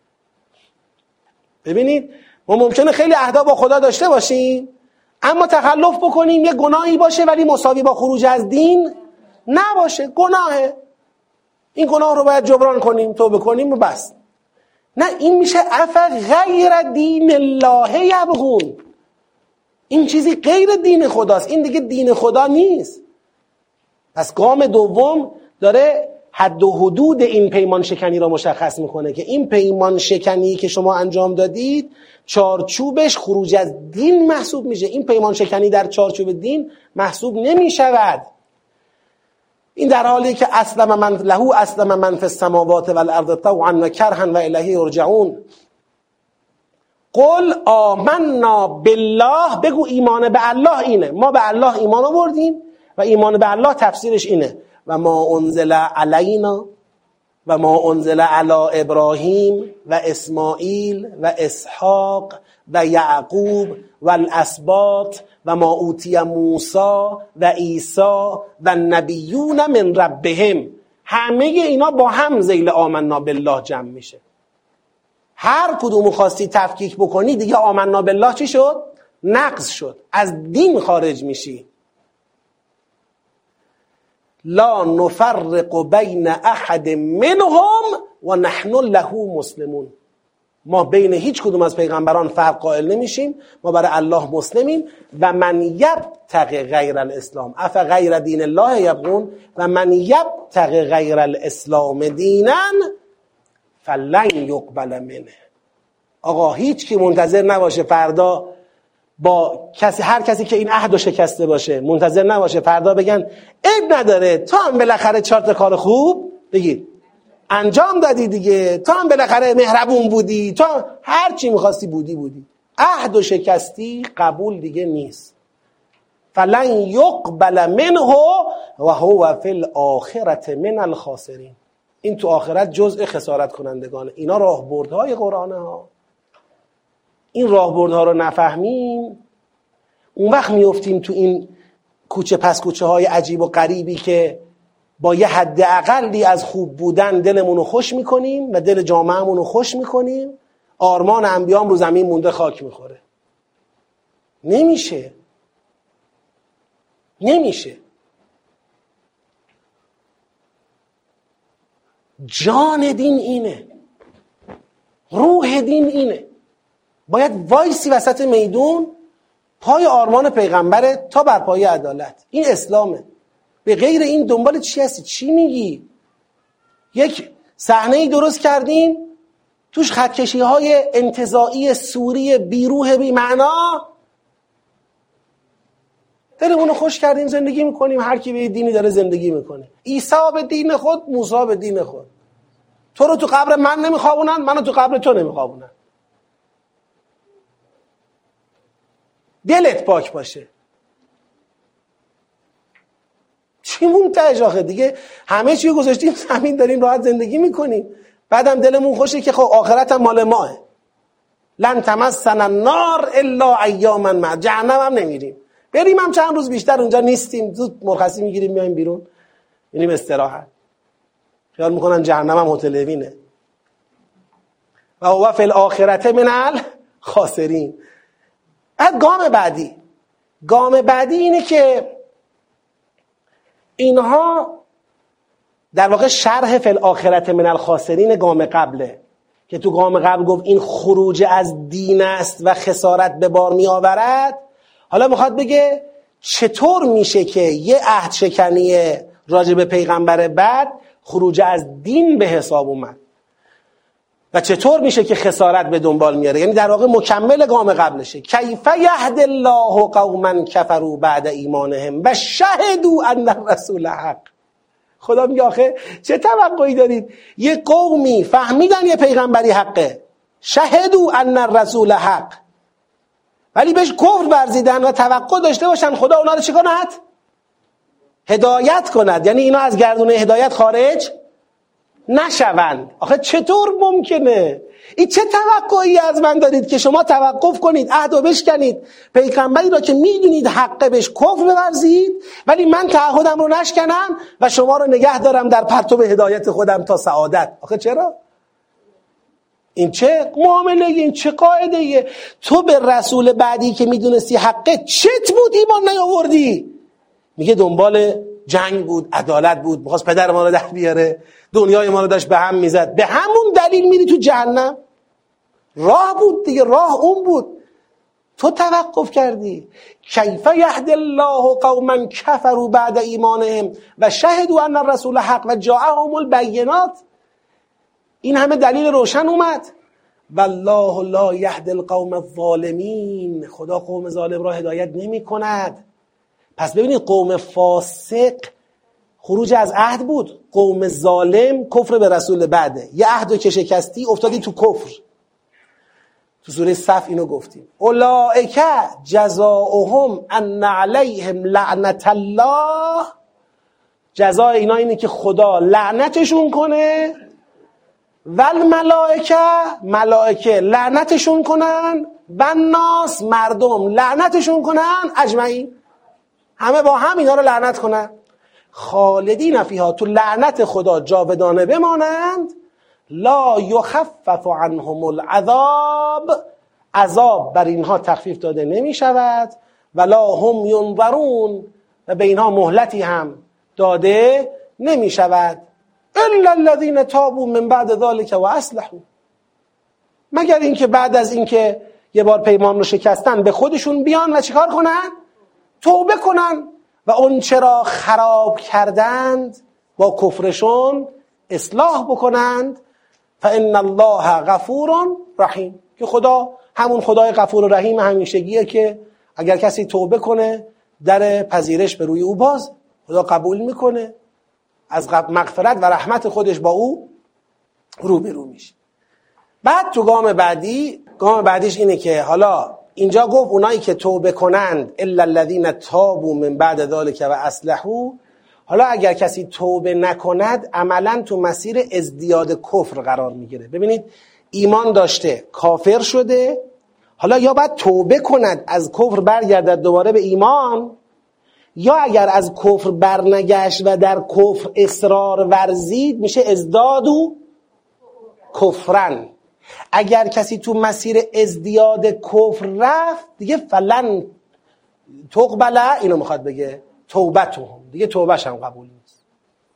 ببینید ما ممکنه خیلی عهدا با خدا داشته باشیم، اما تخلف بکنیم یه گناهی باشه ولی مساوی با خروج از دین نباشه، گناهه. این گناه رو باید جبران کنیم، توبه کنیم و بس. نه، این میشه افا غیر دین الله یبغون، این چیزی غیر دین خداست، این دیگه دین خدا نیست. پس گام دوم داره حد و حدود این پیمان شکنی را مشخص میکنه که این پیمان شکنی که شما انجام دادید چارچوبش خروج از دین محسوب میشه. این پیمان شکنی در چارچوب دین محسوب نمیشود. این در حالی که اسلم من له اسلم من فی السماوات والارض طوعا و کرها و الیه یرجعون. قل آمنا بالله، بگو ایمان به الله اینه، ما به الله ایمان آوردیم و ایمان به الله تفسیرش اینه و ما انزل علینا و ما انزل علی ابراهیم و اسماعیل و اسحاق و یعقوب و الاسباط و ما اوتی موسی و عیسی و نبیون من ربهم. همه اینا با هم ذیل آمنا بالله جمع میشه. هر کدومو خواستی تفکیک بکنی دیگه آمنا بالله چی شد؟ نقض شد، از دین خارج میشی. لا نفرق بین احد منهم و نحن له مسلمون. ما بین هیچ کدوم از پیغمبران فرق قائل نمیشیم، ما برای الله مسلمیم. و من یبتغی غیر الاسلام اف غیر دین الله یبغون و من یبتغی غیر الاسلام دینا فلن یقبل منه. آقا هیچ کی منتظر نباشه فردا با کسی، هر کسی که این عهدو شکسته باشه منتظر نباشه فردا بگن عیب نداره تو هم بالاخره چهار تا کار خوب بگید انجام دادی دیگه، تو هم بالاخره مهربون بودی، تو هر چی میخواستی بودی بودی. عهدو شکستی قبول دیگه نیست. فلن یقبل منه و هو فی الاخرة من الخاسرین. این تو آخرت جزء خسارت کنندگانه. اینا راهبردهای قرآنه ها. این راهبردها رو نفهمیم اون وقت میافتیم تو این کوچه پس کوچه های عجیب و غریبی که با یه حد اقلی از خوب بودن دلمون رو خوش میکنیم و دل جامعهمون رو خوش میکنیم. آرمان انبیام رو زمین مونده خاک میخوره. نمیشه نمیشه جان دین اینه، روح دین اینه. باید وایسی وسط میدون پای آرمان پیغمبره تا بر پای عدالت. این اسلامه. به غیر این دنبال چی هستی؟ چی میگی؟ یک صحنه‌ای درست کردیم توش خطکشی های انتزاعی سوری بیروح بی معنا، دلمونو خوش کردیم زندگی میکنیم. هر کی به دینی داره زندگی میکنه. عیسی به دین خود، موسی به دین خود. تو رو تو قبر من نمیخوابونن، منو تو قبر تو نمیخوابونن. دلت پاک باشه. چی منتهش آخه دیگه؟ همه چی گذاشتیم زمین داریم راحت زندگی میکنیم. بعدم دلمون خوشه که خب آخرت هم مال ماه. لن تمسنا النار الا ایاما معدودة. جهنم هم نمیریم. بریم هم چند روز بیشتر اونجا نیستیم، زود مرخصی میگیریم میایم بیرون میریم استراحت. خیال میکنن جهنم هم هتل اوینه. و هو فی الاخرة من الخاسرین. بعد گام بعدی گام بعدی اینه که اینها در واقع شرح فی الاخرة من الخاسرین گام قبله که تو گام قبل گفت این خروج از دین است و خسارت به بار می آورد. حالا میخواد بگه چطور میشه که یه عهد شکنی راجع به پیغمبر بعد خروج از دین به حساب اومد و چطور میشه که خسارت به دنبال میاره. یعنی در واقع مکمل گام قبلشه. کیف یهدی الله قوما کفروا بعد ایمانهم و شهدوا ان الرسول حق. خدا میگه آخه چه توقعی دارید؟ یه قومی فهمیدن یه پیغمبری حقه، شهدوا ان الرسول حق، ولی بهش کفر ورزیدن و توقع داشته باشن خدا اونا رو چه کند؟ هدایت کند. یعنی اینا از گردون هدایت خارج نشوند. آخه چطور ممکنه؟ این چه توقعی از من دارید که شما توقف کنید، عهد رو بشکنید، پیغمبری را که میدونید حقه بهش کفر بورزید، ولی من تعهدم رو نشکنم و شما رو نگه دارم در پرتو هدایت خودم تا سعادت. آخه چرا؟ این چه معامله؟ این چه قاعده ایه؟ تو به رسول بعدی که میدونستی حقه چت بود ایمان نیاوردی؟ میگه دنبال جنگ بود، عدالت بود، میخواست پدر ما رو در بیاره، دنیای ما رو داشت به هم میزد. به همون دلیل میری تو جهنم. راه بود دیگه، راه اون بود. تو توقف کردی. کیف یهدی الله قوما کفروا بعد ایمانهم و شهدوا ان الرسول حق و جاءهم البینات. این همه دلیل روشن اومد. والله لا یهدی القوم الظالمین، خدا قوم ظالم را هدایت نمی کند. پس ببینید قوم فاسق خروج از عهد بود، قوم ظالم کفر به رسول بعده. یه عهدو که شکستی افتادی تو کفر. تو سوره صف اینو گفتیم. اولئک جزاؤهم ان علیهم لعنت الله، جزای اینا اینه که خدا لعنتشون کنه. والملائکه، ملائکه لعنتشون کنن. والناس، مردم لعنتشون کنن. اجمعین، همه با هم اینا رو لعنت کنن. خالدین فیها، تو لعنت خدا جاودانه بمانند. لا یخفف عنهم العذاب، عذاب بر اینها تخفیف داده نمی شود. ولا هم ینظرون، و به اینها مهلتی هم داده نمی شود. الا الذین تابوا من بعد ذلك و اصلحوا، مگر اینکه بعد از اینکه یه بار پیمان رو شکستن به خودشون بیان و چیکار کنن؟ توبه کنن و اون چرا خراب کردند با کفرشون اصلاح بکنند. فان الله غفور رحیم، که خدا همون خدای غفور و رحیم همیشگیه که اگر کسی توبه کنه در پذیرش به روی او باز، خدا قبول میکنه، از مغفرت و رحمت خودش با او رو به رو میشه. بعد تو گام بعدی، گام بعدیش اینه که حالا اینجا گفت اونایی که توبه کنند الا الذین تابوا من بعد ذلک و اصلحوا. حالا اگر کسی توبه نکند عملا تو مسیر ازدیاد کفر قرار میگیره. ببینید ایمان داشته کافر شده، حالا یا باید توبه کند از کفر برگردد دوباره به ایمان، یا اگر از کفر برنگشت و در کفر اصرار ورزید میشه ازداد و کفرن. اگر کسی تو مسیر ازدیاد کفر رفت دیگه فلن تقبل، اینو میخواد بگه توبتهم، دیگه توبهش هم قبول نیست.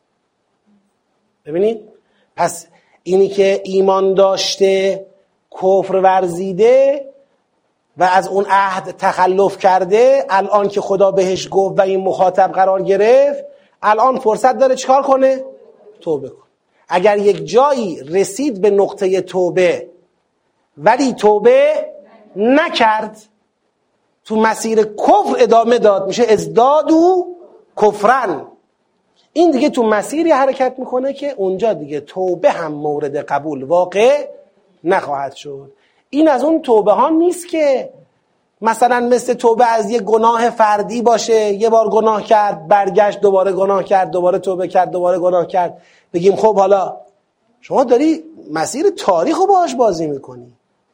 ببینید پس اینی که ایمان داشته کفر ورزیده و از اون عهد تخلف کرده، الان که خدا بهش گفت و این مخاطب قرار گرفت، الان فرصت داره چیکار کنه؟ توبه کنه. اگر یک جایی رسید به نقطه توبه ولی توبه نکرد، تو مسیر کفر ادامه داد، میشه ازداد و کفرن. این دیگه تو مسیری حرکت میکنه که اونجا دیگه توبه هم مورد قبول واقع نخواهد شد. این از اون توبه ها نیست که مثلا مثل توبه از یه گناه فردی باشه، یه بار گناه کرد برگشت دوباره گناه کرد دوباره توبه کرد دوباره گناه کرد، بگیم خب حالا شما داری مسیر تاریخ رو باهاش بازی میکنی.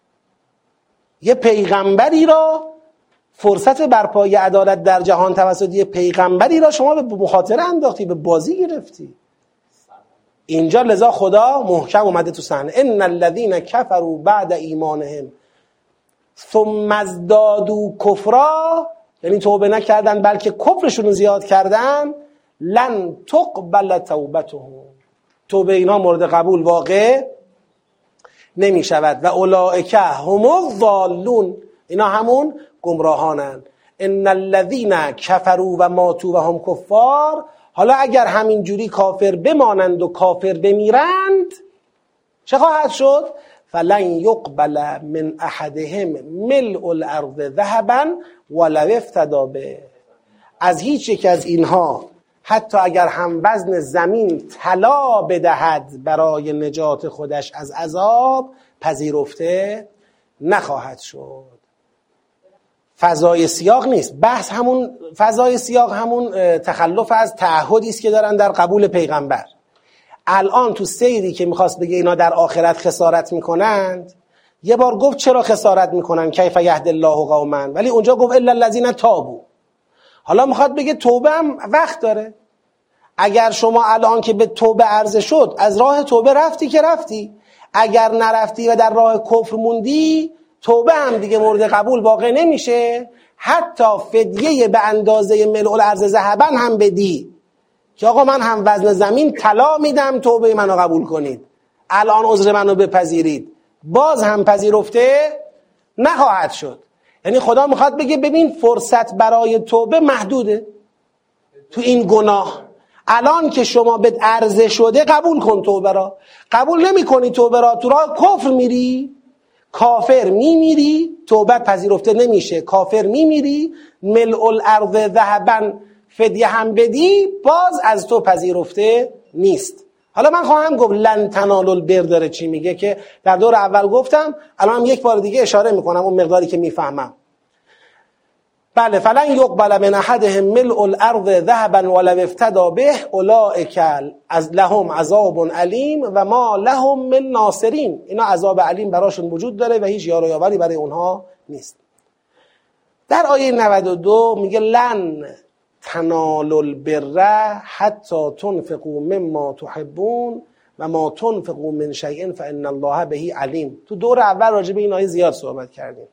یه پیغمبری را، فرصت برپای عدالت در جهان توسط یه پیغمبری را شما به مخاطره انداختی، به بازی گرفتی. اینجا لذا خدا محکم اومده تو صحنه، ان الذین کفروا بعد ایمانهم ثم ازدادوا کفرا، یعنی توبه نکردن بلکه کفرشون رو زیاد کردن، لن تقبل توبتهم، توبه اینا مورد قبول واقع نمی شود. و اولئک هم الضالون، اینا همون گمراهانن. ان الذین کفروا و ماتوا و هم کفار، حالا اگر همین جوری کافر بمانند و کافر بمیرند چه خواهد شد؟ فلن یقبل من احدهم ملء الارض ذهبا ولو افتدی به، از هیچ یک از اینها حتی اگر هم وزن زمین طلا بدهد برای نجات خودش از عذاب پذیرفته نخواهد شد. فضای سیاق نیست، بحث همون فضای سیاق همون تخلف از تعهدی است که دارن در قبول پیغمبر. الان تو سیری که میخواست بگه اینا در آخرت خسارت میکنند، یه بار گفت چرا خسارت میکنن، کیف یهدی الله قوما، ولی اونجا گفت الا الذین تابوا. حالا میخواد بگه توبه هم وقت داره. اگر شما الان که به توبه عرضه شد از راه توبه رفتی که رفتی، اگر نرفتی و در راه کفر موندی، توبه هم دیگه مورد قبول واقع نمیشه. حتی فدیه به اندازه ملء الارض ذهبا هم بدی که آقا من هم وزن زمین طلا میدم توبه منو قبول کنید، الان عذر منو بپذیرید، باز هم پذیرفته نخواهد شد. یعنی خدا میخواد بگه ببین فرصت برای توبه محدوده تو این گناه. الان که شما به عرضه شده قبول کن توبه را، قبول نمی کنی توبه را، تو راه کفر میری، کافر میمیری، توبت پذیرفته نمیشه، کافر میمیری، ملء الارض ذهبا فدیه هم بدی، باز از تو پذیرفته نیست. حالا من خواهم گفت لن تنالوا البر داره چی میگه که در دور اول گفتم، الان هم یک بار دیگه اشاره میکنم اون مقداری که میفهمم. بله فلن یقبل من احدهم ملء الارض ذهبا ولو افتدی به اولئک از لهم عذاب علیم و ما لهم من ناصرین. اینا عذاب علیم براشون وجود داره و هیچ یار و یاوری برای اونها نیست. در آیه نود و دو میگه لن تنالوا البر حتی تنفقوا مما تحبون و ما تنفقوا من شیء فان الله به علیم. تو دور اول راجع به این آیه زیاد صحبت کردیم،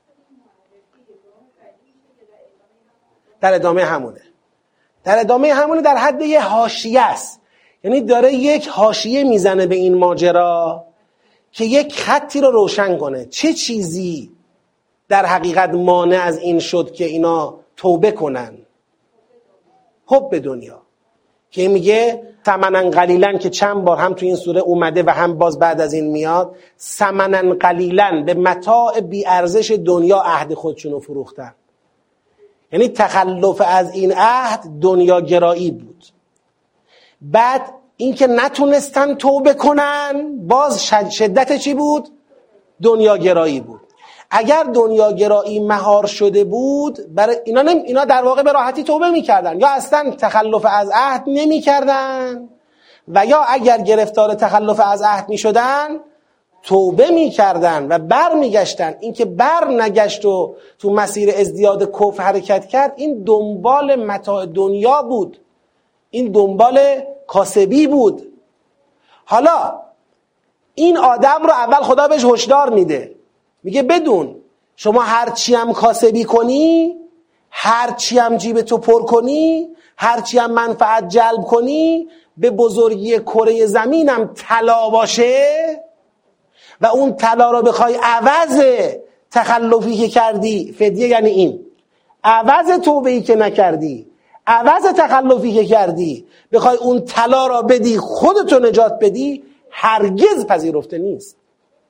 در ادامه همونه، در ادامه همونه، در حد یه حاشیه است. یعنی داره یک حاشیه میزنه به این ماجرا که یک خطی رو روشن کنه. چه چیزی در حقیقت مانع از این شد که اینا توبه کنن؟ حب دنیا که میگه ثمنن قلیلن، که چند بار هم تو این سوره اومده و هم باز بعد از این میاد. ثمنن قلیلن، به متاع بی ارزش دنیا عهد خودشون رو فروختن. یعنی تخلف از این عهد دنیا گرایی بود. بعد اینکه نتونستن توبه کنن باز شدت چی بود؟ دنیا گرایی بود. اگر دنیا گرایی مهار شده بود برای اینا نم... اینا در واقع به راحتی توبه میکردن، یا اصلا تخلف از عهد نمیکردن، و یا اگر گرفتار تخلف از عهد میشدن توبه میکردن و بر میگشتن. این که بر نگشت و تو مسیر ازدیاد کفر حرکت کرد، این دنبال متاع دنیا بود، این دنبال کاسبی بود. حالا این آدم رو اول خدا بهش هشدار میده، میگه بدون شما هرچی هم کاسبی کنی، هرچی هم جیب تو پر کنی، هرچی هم منفعت جلب کنی، به بزرگی کره زمینم طلا باشه و اون طلا رو بخوای عوض تخلفی که کردی، فدیه یعنی این، عوض توبه‌ای که نکردی، عوض تخلفی که کردی، بخوای اون طلا را بدی خودتو نجات بدی، هرگز پذیرفته نیست.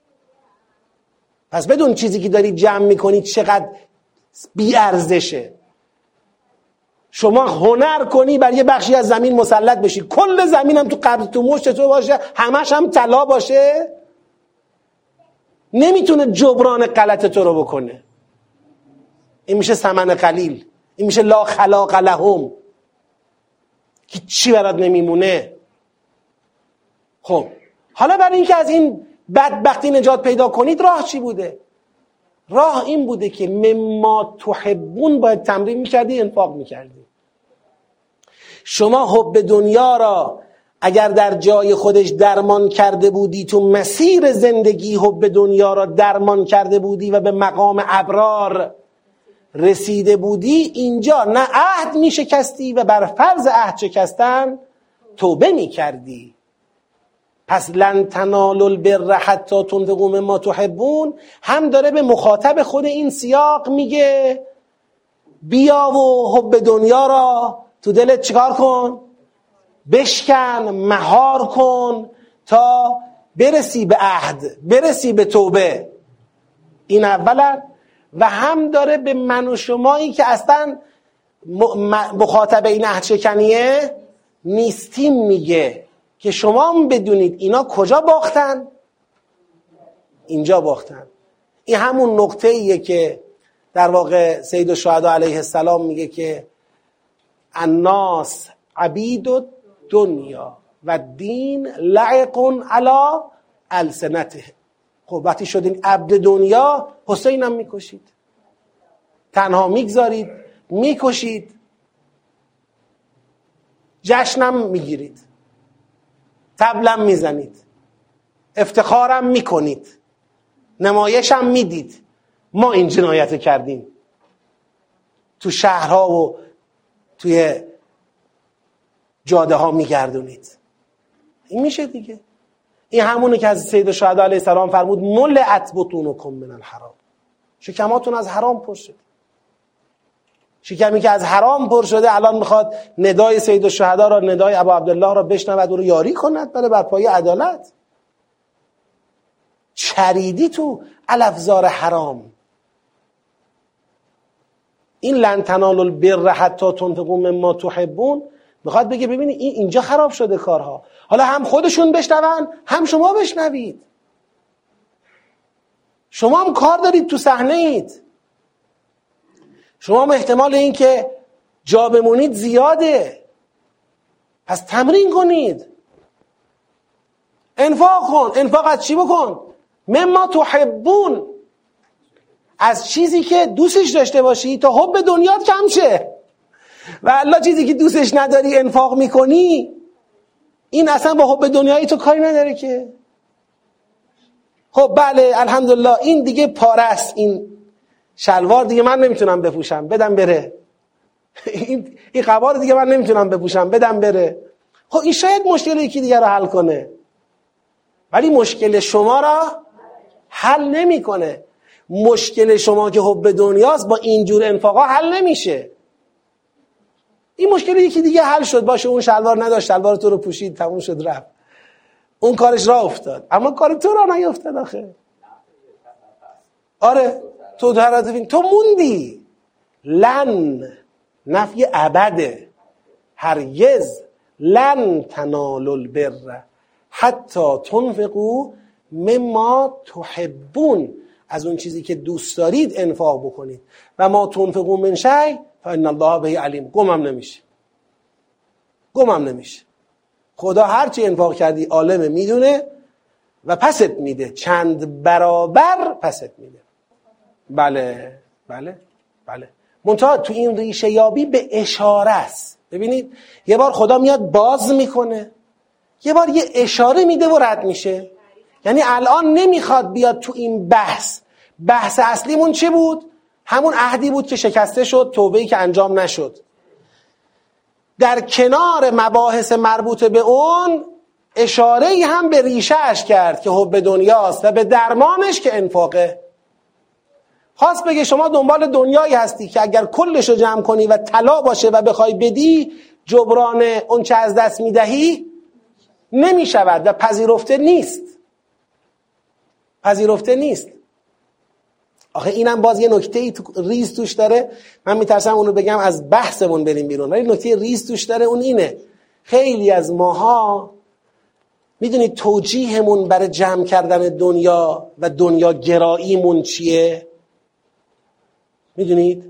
پس بدون چیزی که داری جمع میکنی چقدر بی ارزشه. شما هنر کنی بر یه بخشی از زمین مسلط بشی، کل زمین هم تو قبض تو مشت تو باشه، همش هم طلا باشه، نمیتونه جبران غلط تو رو بکنه. این میشه ثمن قلیل، این میشه لا خلاق لهم، که چی برات نمیمونه. خب حالا برای اینکه از این بدبختی نجات پیدا کنید راه چی بوده؟ راه این بوده که مما تحبون باید تمرین میکردی، انفاق میکردی. شما حب دنیا را اگر در جای خودش درمان کرده بودی، تو مسیر زندگی حب دنیا را درمان کرده بودی و به مقام ابرار رسیده بودی، اینجا نه عهد می شکستی و بر فرض عهد شکستن توبه می کردی. پس لن تنالوا البر حتی تنفقوا مما تحبون هم داره به مخاطب خود این سیاق میگه بیا و حب دنیا را تو دلت چیکار کن؟ بشکن، مهار کن تا برسی به عهد، برسی به توبه. این اولا. و هم داره به من و شمایی که اصلا مخاطب این عهد شکنیه نیستیم میگه که شما هم بدونید اینا کجا باختن؟ اینجا باختن. این همون نقطه ایه که در واقع سید الشهدا علیه السلام میگه که الناس عبید دنیا و دین لعق علی السنته. خب وقتی شدین عبد دنیا، حسینم میکشید، تنها میگذارید، میکشید، جشنم میگیرید، طبلم میزنید، افتخارم میکنید، نمایشم میدید. ما این جنایت کردیم تو شهرها و توی جاده ها میگردونید. این میشه دیگه. این همونه که از سید الشهدا علیه السلام فرمود ملئت بطونکم من الحرام. شکماتون از حرام پر شده. شکمی که از حرام پر شده الان میخواد ندای سید الشهدا را، ندای ابا عبدالله را بشنود و رو یاری کند برای برپایی عدالت. چریدی تو الافزار حرام. این لن تنالوا البر حتی تنفقوا مما تحبون میخواد بگه ببینی این اینجا خراب شده کارها. حالا هم خودشون بشنون هم شما بشنوید. شما هم کار دارید، تو صحنه اید. شما هم احتمال این که جا بمونید زیاده. پس تمرین کنید. انفاق کن. انفاق از چی بکن؟ مما تحبون، از چیزی که دوستش داشته باشی تا حب دنیات کم شه. و الله چیزی که دوستش نداری انفاق میکنی، این اصلا با حب دنیایی تو کاری نداره که. خب بله الحمدلله این دیگه پاره است، این شلوار دیگه من نمیتونم بپوشم، بدم بره. این این قبار دیگه من نمیتونم بپوشم، بدم بره. خب این شاید مشکل یکی دیگه رو حل کنه، ولی مشکل شما را حل نمیکنه. مشکل شما که حب دنیاست با اینجور انفاقا حل نمیشه. این مشکل یکی دیگه حل شد، باشه اون شلوار نداشت، شلوار تو رو پوشید، تموم شد رفت، اون کارش راه افتاد. اما کار تو را نیفتاد آخه. آره تو در تو موندی. لن نفی ابده، هرگز لن تنالوا البر حتی تنفقوا مما تحبون، از اون چیزی که دوست دارید انفاق بکنید. و ما تنفقوا من شیء فان الله به علیم. گمم نمیشه، گمم نمیشه. خدا هرچی انفاق کردی عالمه، میدونه و پست میده، چند برابر پست میده. بله بله بله. منتها تو این ریشه یابی به اشاره است. ببینید یه بار خدا میاد باز میکنه، یه بار یه اشاره میده و رد میشه. یعنی الان نمیخواد بیاد تو این بحث. بحث اصلیمون چه بود؟ همون عهدی بود که شکسته شد، توبه‌ای که انجام نشد. در کنار مباحث مربوط به اون اشاره‌ای هم به ریشه‌اش کرد که حب دنیاست و به درمانش که انفاقه. خواست بگه شما دنبال دنیایی هستی که اگر کلشو جمع کنی و طلا باشه و بخوای بدی، جبران اون چه از دست میدهی نمی شود و پذیرفته نیست. پذیرفته نیست. آخه اینم باز یه نکته تو ریز توش داره، من میترسم اونو بگم از بحثمون بریم بیرون، ولی نکته ریز توش داره، اون اینه خیلی از ماها میدونید توجیهمون برای جمع کردن دنیا و دنیا گراییمون چیه؟ میدونید؟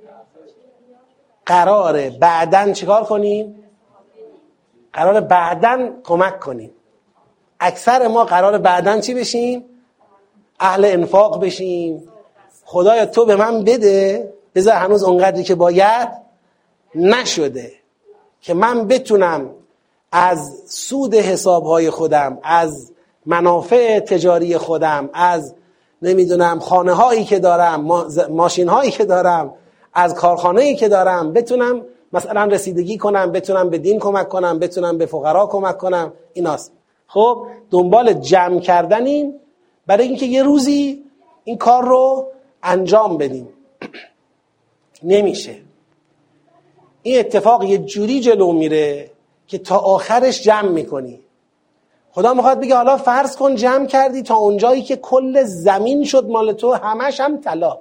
قراره بعدن چیکار کنیم؟ قراره بعدن کمک کنیم. اکثر ما قراره بعدن چی بشیم؟ اهل انفاق بشیم. خدایا تو به من بده، بذار هنوز اونقدری که باید نشده که من بتونم از سود حسابهای خودم، از منافع تجاری خودم، از نمیدونم خانه هایی که دارم، ماشین هایی که دارم، از کارخانه هایی که دارم بتونم مثلا رسیدگی کنم، بتونم به دین کمک کنم، بتونم به فقرا کمک کنم. ایناست. خب دنبال جمع کردنیم برای اینکه یه روزی این کار رو انجام بدیم. نمیشه. این اتفاق یه جوری جلو میره که تا آخرش جمع میکنی. خدا میخواد بگه حالا فرض کن جمع کردی تا اونجایی که کل زمین شد مال تو، همش هم طلا.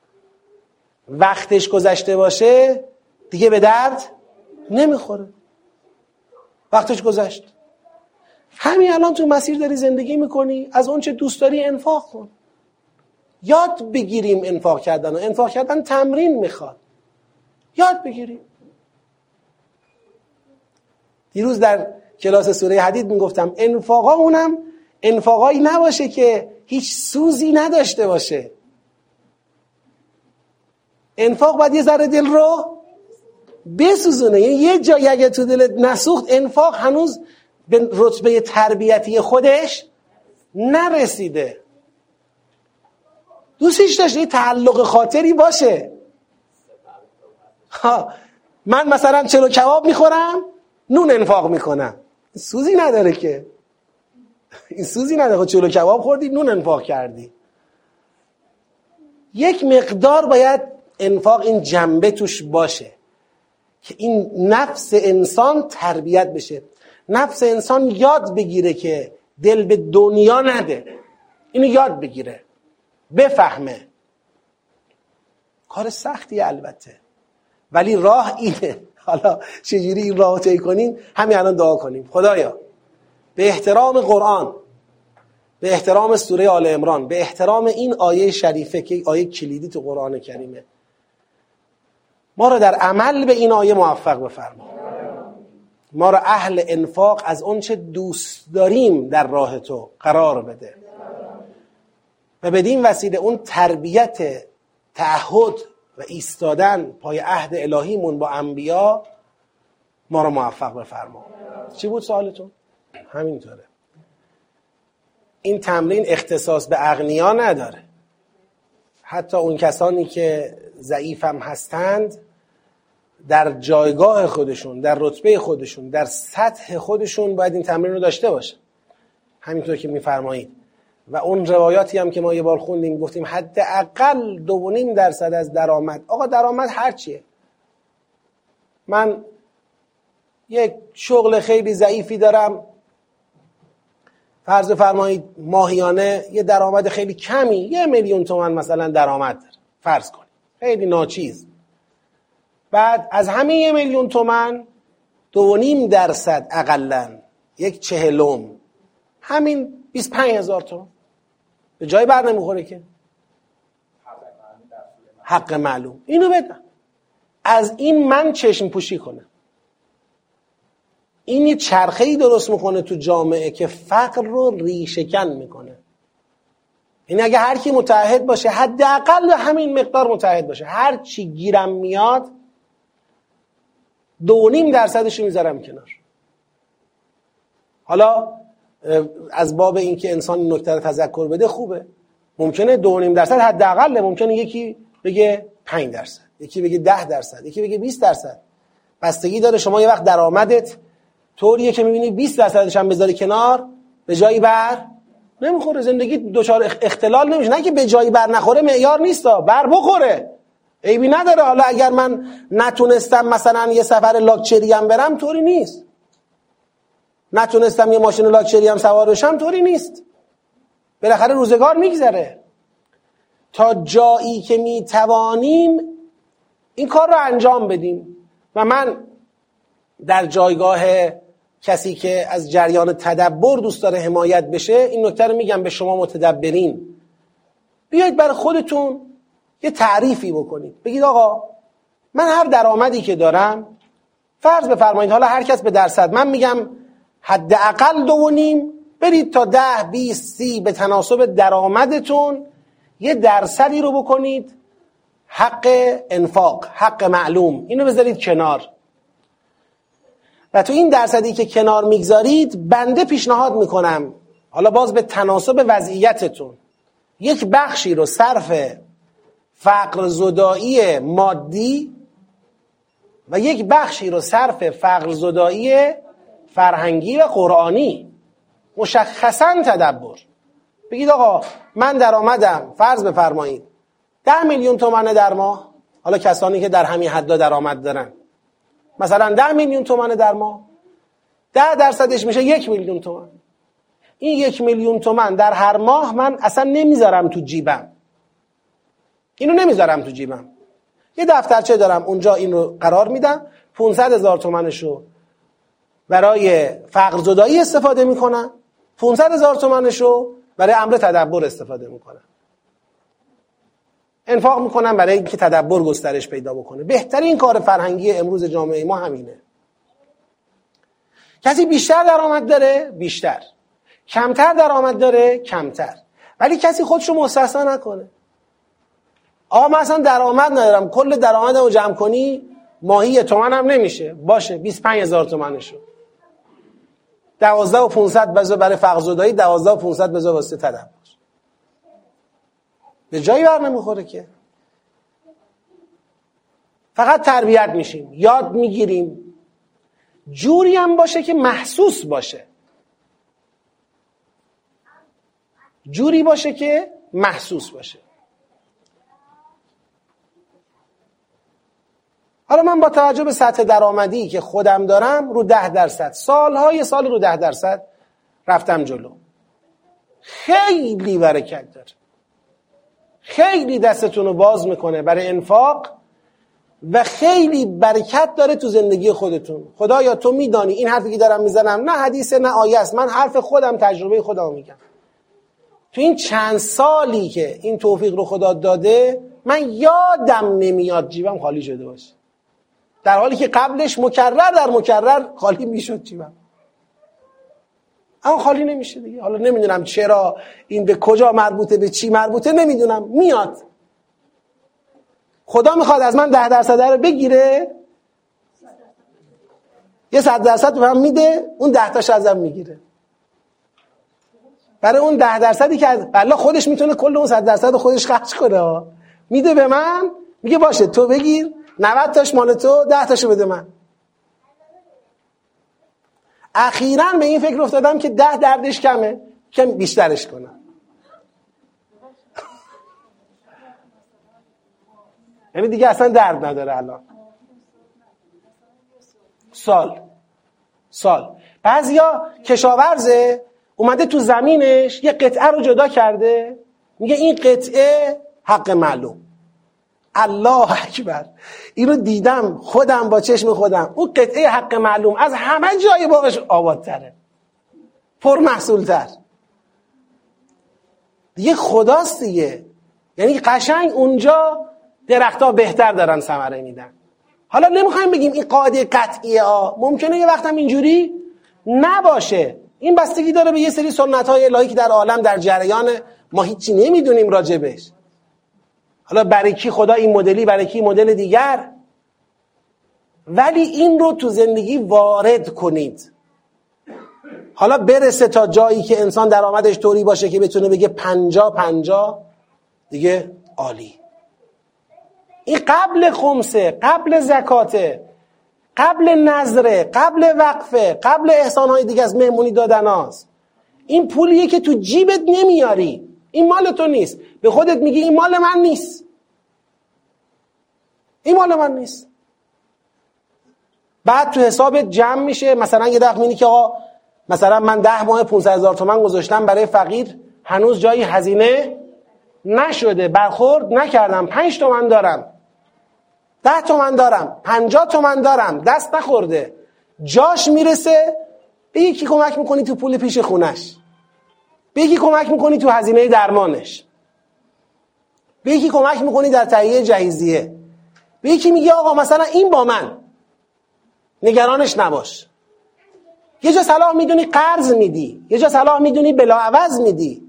وقتش گذشته باشه دیگه به درد نمیخوره. وقتش گذشت. همین الان تو مسیر داری زندگی میکنی، از اون چه دوست داری انفاق کن. یاد بگیریم انفاق کردن. و انفاق کردن تمرین میخواد. یاد بگیریم. دیروز در کلاس سوره حدید میگفتم انفاقا اونم انفاقایی نباشه که هیچ سوزی نداشته باشه. انفاق باید یه ذره دل رو بسوزونه. یعنی یه جایی اگه تو دلت نسوخت، انفاق هنوز به رتبه تربیتی خودش نرسیده. دوستش داشت یه تعلق خاطری باشه. ها من مثلا چلو کباب میخورم، نون انفاق میکنم، سوزی نداره که. این سوزی نداره. چلو کباب خوردی، نون انفاق کردی. یک مقدار باید انفاق این جنبه توش باشه که این نفس انسان تربیت بشه، نفس انسان یاد بگیره که دل به دنیا نده، اینو یاد بگیره، بفهمه. کار سختی البته، ولی راه اینه. حالا چجوری این راه طی کنیم؟ همین الان دعا کنیم. خدایا به احترام قرآن، به احترام سوره آل عمران، به احترام این آیه شریفه که آیه کلیدی تو قرآن کریمه، ما رو در عمل به این آیه موفق بفرما. ما رو اهل انفاق از اون چه دوست داریم در راه تو قرار بده و بدین وسیله اون تربیت تعهد و ایستادن پای عهد الهیمون با انبیا ما رو موفق بفرما. چی بود سوالتون؟ همینطوره. این تمرین اختصاص به اغنیا نداره. حتی اون کسانی که ضعیف هم هستند در جایگاه خودشون، در رتبه خودشون، در سطح خودشون باید این تمرین رو داشته باشه، همینطور که میفرمایید. و اون روایاتی هم که ما یه بار خوندیم گفتیم حداقل دو و نیم درصد از درآمد. آقا درآمد هر چیه. من یک شغل خیلی ضعیفی دارم، فرض فرمایید ماهیانه یه درآمد خیلی کمی، یه میلیون تومان مثلا درآمد داره، فرض کنید خیلی ناچیز. بعد از همین یه میلیون تومان دو و نیم درصد اقلن، یک چهلم، همین بیست و پنج هزار تومان به جای بر نمیخوره که حق معلوم. اینو بدن، از این من چشم پوشی کنه. این یه چرخه‌ای درست میکنه تو جامعه که فقر رو ریشه کن میکنه. این اگه هر کی متعهد باشه، حداقل همین مقدار متعهد باشه، هر چی گیرم میاد دو و نیم درصدش رو میذارم کنار. حالا از باب این که انسان این نکته رو تذکر بده خوبه. ممکنه دو و نیم درصد حداقل، ممکنه یکی بگه پنج درصد، یکی بگه ده درصد، یکی بگه بیست درصد. بستگی داره. شما یه وقت درآمدت طوریه که میبینی بیست درصدش هم بذاری کنار به جایی بر نمیخوره، زندگی دچار اختلال نمیشه. نه که به جایی بر نخوره معیار نیستا، بر بخوره عیبی نداره. حالا اگر من نتونستم مثلا یه سفر لاکچری هم برم طوری نیست، نتونستم یه ماشین لاکچری هم سوار بشم طوری نیست، بالاخره روزگار میگذره. تا جایی که میتوانیم این کار رو انجام بدیم. و من در جایگاه کسی که از جریان تدبر دوست داره حمایت بشه این نکته رو میگم به شما متدبرین، بیایید برای خودتون یه تعریفی بکنید. بگید آقا من هر درآمدی که دارم، فرض بفرمایید حالا هر کس به درصد، من میگم حداقل دو و نیم، برید تا ده بیست سی به تناسب درآمدتون یه درصدی رو بکنید حق انفاق، حق معلوم، اینو بذارید کنار. و تو این درصدی که کنار میگذارید بنده پیشنهاد میکنم، حالا باز به تناسب وضعیتتون، یک بخشی رو صرف فقر زدایی مادی و یک بخشی رو صرف فقر زدایی فرهنگی و قرآنی. مشخصا تدبر. بگید آقا من درآمدم فرض بفرمایید ده میلیون تومانه در ماه، حالا کسانی که در همین حدا درآمد دارن مثلا ده میلیون تومانه در ماه، ده درصدش میشه یک میلیون تومان. این یک میلیون تومان در هر ماه من اصلا نمیذارم تو جیبم، اینو نمیذارم تو جیبم. یه دفترچه دارم اونجا این رو قرار میدم، پانصد هزار تومانشو برای فقر زدایی استفاده میکنم، پانصد هزار تومانشو برای امر تدبر استفاده میکنم، انفاق میکنم برای اینکه تدبر گسترش پیدا بکنه. بهترین کار فرهنگی امروز جامعه ما همینه. کسی بیشتر درآمد داره بیشتر، کمتر درآمد داره کمتر، ولی کسی خودشو مستثنا نکنه. آقا من اصلا درآمد ندارم، کل درآمدمو جمع کنی ماهی تومن هم نمیشه، باشه بیست و پنج هزار تومنشو دوازده و پونصد بذار برای فقر زدایی، دوازده و پونصد بذار واسه تدبر. به جایی بر نمیخوره که. فقط تربیت میشیم، یاد میگیریم، جوری هم باشه که محسوس باشه، جوری باشه که محسوس باشه. حالا من با توجه به سطح درآمدی که خودم دارم رو ده درصد سالهای سال رو ده درصد رفتم جلو. خیلی برکت داره، خیلی دستتون رو باز میکنه برای انفاق و خیلی برکت داره تو زندگی خودتون. خدایا تو میدانی این حرفی که دارم میزنم نه حدیثه نه آیه است، من حرف خودم، تجربه خودم میگم. تو این چند سالی که این توفیق رو خدا داده من یادم نمیاد جیبم خالی شده باشه، در حالی که قبلش مکرر در مکرر خالی میشد جیبم، اما خالی نمیشه دیگه. حالا نمیدونم چرا، این به کجا مربوطه، به چی مربوطه نمیدونم، میاد. خدا میخواد از من ده درصد رو بگیره، یه صد درصد به من میده، اون ده تاش ازم میگیره. برای اون ده درصدی که از والله خودش میتونه کل اون صد درصد خودش خرج کنه، میده به من، میگه باشه تو بگیر، نود تاش مال تو، ده تاشو بده من. اخیراً به این فکر افتادم که ده دردش کمه، کم بیشترش کنم. یعنی دیگه اصلا درد نداره الان. سال سال بعضیا کشاورزه اومده تو زمینش یه قطعه رو جدا کرده، میگه این قطعه حق معلوم. الله اکبر، اینو دیدم خودم با چشم خودم. اون قطعه حق معلوم از همه جای باغش آبادتره، پر محصولتر، دیگه خداست دیگه. یعنی قشنگ اونجا درختها بهتر دارن ثمره میدن. حالا نمیخوایم بگیم این قاعده قطعیه ها، ممکنه یه وقت هم اینجوری نباشه. این بستگی داره به یه سری سنت‌های الهی که در عالم در جریان، ما هیچی نمیدونیم راجبش. حالا برای کی خدا این مدلی، برای کی مدل دیگر، ولی این رو تو زندگی وارد کنید. حالا برسه تا جایی که انسان درآمدش طوری باشه که بتونه بگه پنجا پنجا، دیگه عالی. این قبل خمسه، قبل زکاته، قبل نذره، قبل وقفه، قبل احسانهای دیگه از مهمونی دادن هاست. این پولیه که تو جیبت نمیاری، این مال تو نیست، به خودت میگی این مال من نیست، این مال من نیست. بعد تو حسابت جمع میشه، مثلا یه دفعه میبینی که آقا مثلا من ده ماه پانصد هزار تومان گذاشتم برای فقیر، هنوز جایی هزینه نشده، برخورد نکردم، پنج تومن دارم، ده تومن دارم، پنجاه تومن دارم، دست نخورده. جاش میرسه به یکی کمک میکنی تو پول پیش خونش، به یکی کمک میکنی تو هزینه درمانش، به یکی کمک میکنی در تهیه جهیزیه، به یکی میگی آقا مثلا این با من، نگرانش نباش. یه جا صلاح میدونی قرض میدی، یه جا صلاح میدونی بلاعوض میدی.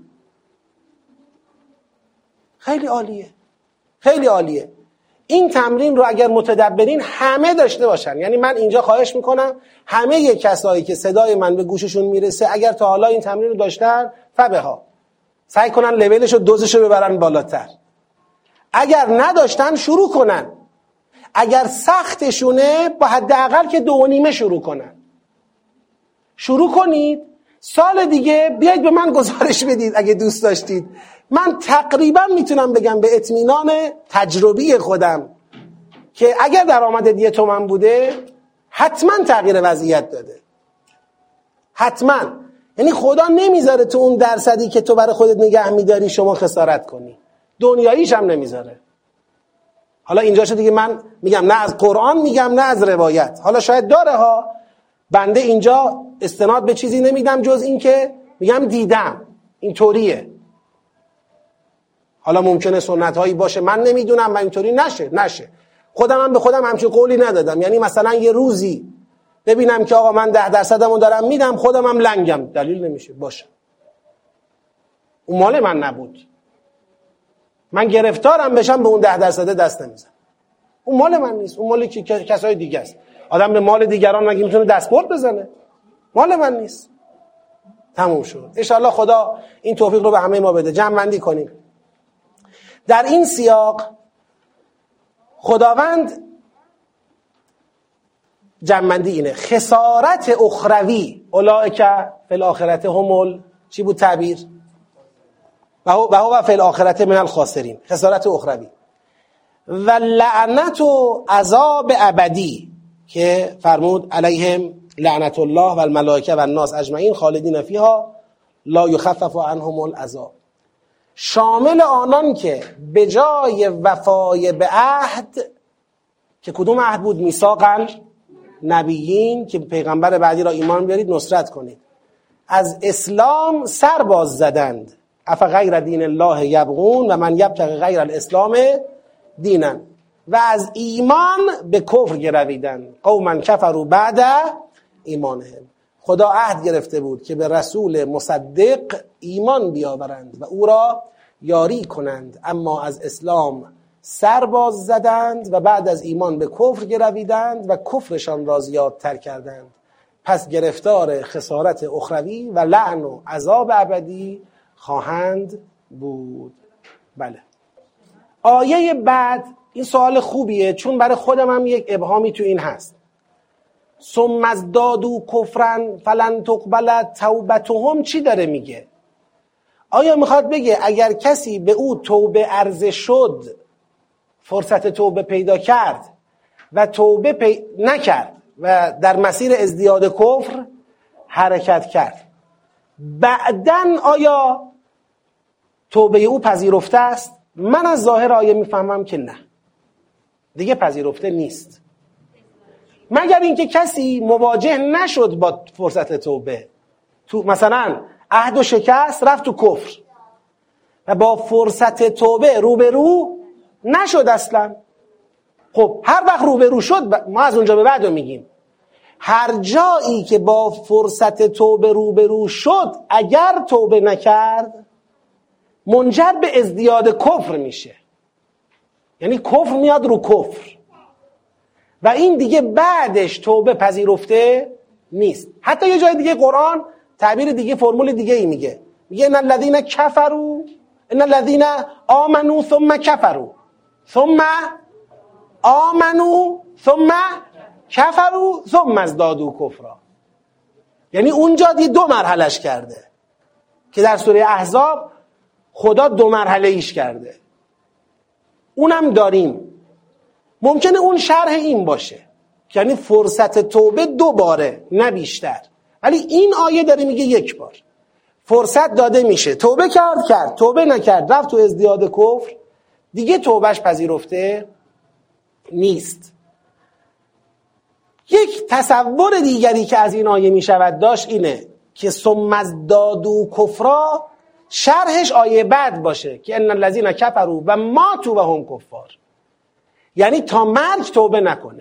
خیلی عالیه، خیلی عالیه. این تمرین رو اگر متدبرین همه داشته باشن، یعنی من اینجا خواهش میکنم همه ی کسایی که صدای من به گوششون میرسه اگر تا حالا این تمرین رو داشتن فبها، سعی کنن لولش و دوزش رو ببرن بالاتر. اگر نداشتن شروع کنن، اگر سختشونه با حداقل که دو و نیمه شروع کنن. شروع کنید، سال دیگه بیاید به من گزارش بدید اگه دوست داشتید. من تقریبا میتونم بگم به اطمینان تجربی خودم که اگر درآمد یه تومن بوده حتما تغییر وضعیت داده، حتما. یعنی خدا نمیذاره تو اون درصدی که تو برای خودت نگه میداری شما خسارت کنی، دنیاییش هم نمیذاره. حالا اینجا شده دیگه من میگم نه از قرآن میگم نه از روایت، حالا شاید داره ها، بنده اینجا استناد به چیزی نمیدم جز این که میگم دیدم اینطوریه. حالا ممکنه سنت هایی باشه من نمیدونم من اینطوری نشه نشه خودم هم به خودم همچین قولی ندادم. یعنی مثلا یه روزی ببینم که آقا من ده درصدمو دارم میدم، خودم هم لنگم، دلیل نمیشه باشه، اون مال من نبود، من گرفتارم بشم به اون ده درصد دست نمیزنم، اون مال من نیست، اون مال کسای دیگه است. آدم به مال دیگران مگه میتونه دستبرد بزنه؟ مال من نیست. تموم شد. ان شاء الله خدا این توفیق رو به همه ما بده. جمع بندی کنیم. در این سیاق خداوند جمع بندی اینه: خسارت اخروی، اولئک فی الاخرة هم چی بود تعبیر؟ و هو فی الاخرة من الخاسرین. خسارت اخروی. و لعنت و عذاب ابدی که فرمود علیهم لعنت الله و الملائکه و الناس اجمعین خالدین فیها لا یخفف عنهم العذاب، شامل آنان که به جای وفای به عهد، که کدوم عهد بود؟ میثاق نبیین، که پیغمبر بعدی را ایمان بیارید نصرت کنید، از اسلام سر باز زدند. افغیر دین الله یبغون و من یبتغی غیر الاسلام دینا، و از ایمان به کفر گرویدند. قوما کفروا بعد ایمانهم، خدا عهد گرفته بود که به رسول مصدق ایمان بیاورند و او را یاری کنند، اما از اسلام سر باز زدند و بعد از ایمان به کفر گرویدند و کفرشان را زیادتر کردند، پس گرفتار خسارت اخروی و لعن و عذاب ابدی خواهند بود. بله. آیه بعد این سوال خوبیه، چون برای خودم هم یک ابهامی تو این هست. ثم ازدادوا کفرا فلن تقبل توبتهم چی داره میگه؟ آیا میخواد بگه اگر کسی به او توبه عرضه شد، فرصت توبه پیدا کرد و توبه پی... نکرد و در مسیر ازدیاد کفر حرکت کرد، بعدن آیا توبه او پذیرفته است؟ من از ظاهر آیه میفهمم که نه، دیگه پذیرفته نیست، مگر اینکه کسی مواجه نشد با فرصت توبه، تو مثلا عهد و شکست رفت تو کفر و با فرصت توبه روبرو نشد اصلا. خب هر وقت روبرو شد ما از اونجا به بعد رو میگیم، هر جایی که با فرصت توبه روبرو شد اگر توبه نکرد منجر به ازدیاد کفر میشه، یعنی کفر میاد رو کفر و این دیگه بعدش توبه پذیرفته نیست. حتی یه جای دیگه قرآن تعبیر دیگه، فرمول دیگه ای میگه، میگه ان الذين كفروا ان الذين آمنوا ثم كفروا ثم آمنوا ثم كفروا ثم ازدادوا کفرا، یعنی اونجا دی دو مرحلهش کرده که در سوره احزاب خدا دو مرحله ایش کرده، اونم داریم. ممکنه اون شرح این باشه، یعنی فرصت توبه دو باره نه بیشتر، ولی این آیه داره میگه یک بار فرصت داده میشه، توبه کرد کرد، توبه نکرد رفت تو ازدیاد کفر، دیگه توبهش پذیرفته نیست. یک تصور دیگری که از این آیه میشود داشت اینه که ثم ازدادوا کفرا شرحش آیه بعد باشه که ان الذين كفروا و ماتوا وهم کفار، یعنی تا مرگ توبه نکنه،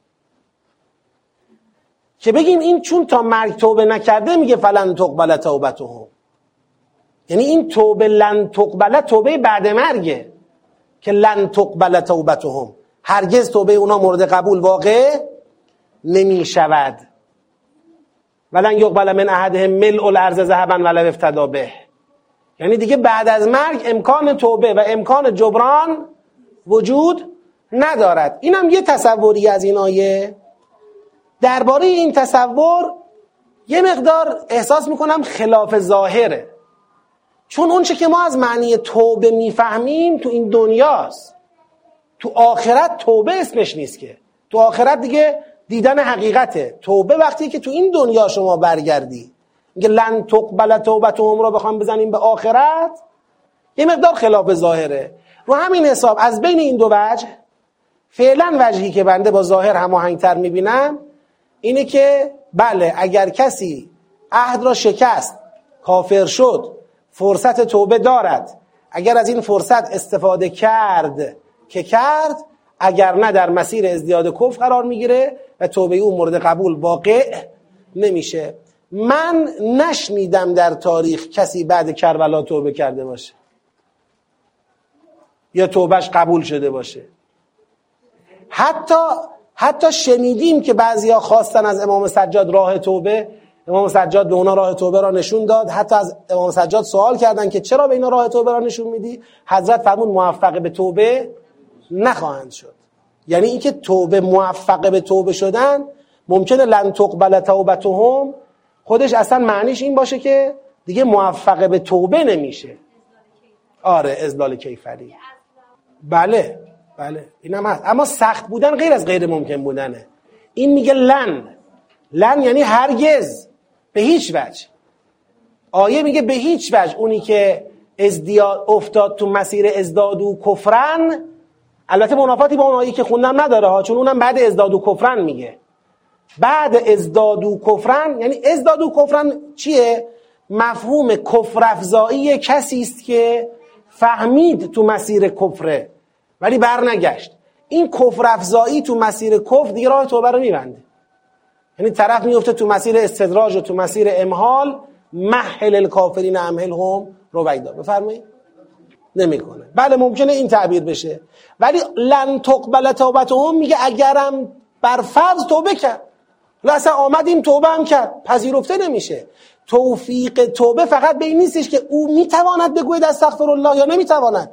که بگیم این چون تا مرگ توبه نکرده میگه فلن تقبل توبتهم، یعنی این توبه لن تقبل توبه بعد مرگه که لن تقبل توبتهم، هرگز توبه اونا مورد قبول واقع نمی شود. ولن یقبل من احدهم ملء الارض ذهبا ولو افتدی به، یعنی دیگه بعد از مرگ امکان توبه و امکان جبران وجود ندارد. اینم یه تصوری از این آیه. درباره این تصور یه مقدار احساس میکنم خلاف ظاهره، چون اون چه که ما از معنی توبه میفهمیم تو این دنیاست، تو آخرت توبه اسمش نیست که، تو آخرت دیگه دیدن حقیقته. توبه وقتی که تو این دنیا شما برگردی، میگه لن تقبل توبتهم را بخوام بزنیم به آخرت، یه مقدار خلاف ظاهره. رو همین حساب از بین این دو وجه فعلا وجهی که بنده با ظاهر هماهنگتر میبینم اینه که بله اگر کسی عهد را شکست، کافر شد، فرصت توبه دارد، اگر از این فرصت استفاده کرد که کرد، اگر نه در مسیر ازدیاد کفر قرار میگیره و توبه او مورد قبول واقع نمیشه. من نشنیدم در تاریخ کسی بعد کربلا توبه کرده باشه یا توبهش قبول شده باشه. حتی حتی شنیدیم که بعضیا خواستن از امام سجاد راه توبه، امام سجاد به اونا راه توبه را نشون داد. حتی از امام سجاد سوال کردن که چرا به اینا راه توبه را نشون میدی؟ حضرت فرمود موفق به توبه نخواهند شد. یعنی اینکه توبه موفق به توبه شدن ممکنه لن تقبل توبتهم خودش اصلا معنیش این باشه که دیگه موفق به توبه نمیشه. آره اذلال کیفری. بله بله اینم هست، اما سخت بودن غیر از غیر ممکن بودنه. این میگه لن، لن یعنی هرگز، به هیچ وجه. آیه میگه به هیچ وجه اونی که ازدیاد افتاد تو مسیر ازداد و کفرن، البته منافاتی با اون آیه که خوندم نداره ها، چون اونم بعد ازداد و کفرن میگه. بعد ازداد و کفرن یعنی ازداد و کفرن چیه؟ مفهوم کفر افزایی کسی است که فهمید تو مسیر کفره ولی بر نگشت. این کفر افزایی تو مسیر کفر دیگه راه توبه رو میبنده. یعنی طرف میفته تو مسیر استدراج و تو مسیر امهال، مهل الکافرین امهلهم رویدا. بفرمایید نمیکنه. بله ممکنه این تعبیر بشه، ولی لن تقبل توبتهم میگه اگرم بر فرض توبه کرد، اصلا آمدیم توبه هم کرد، پذیرفته نمیشه. توفیق توبه فقط به این نیستش که او میتواند بگوید استغفر الله یا نمیتواند.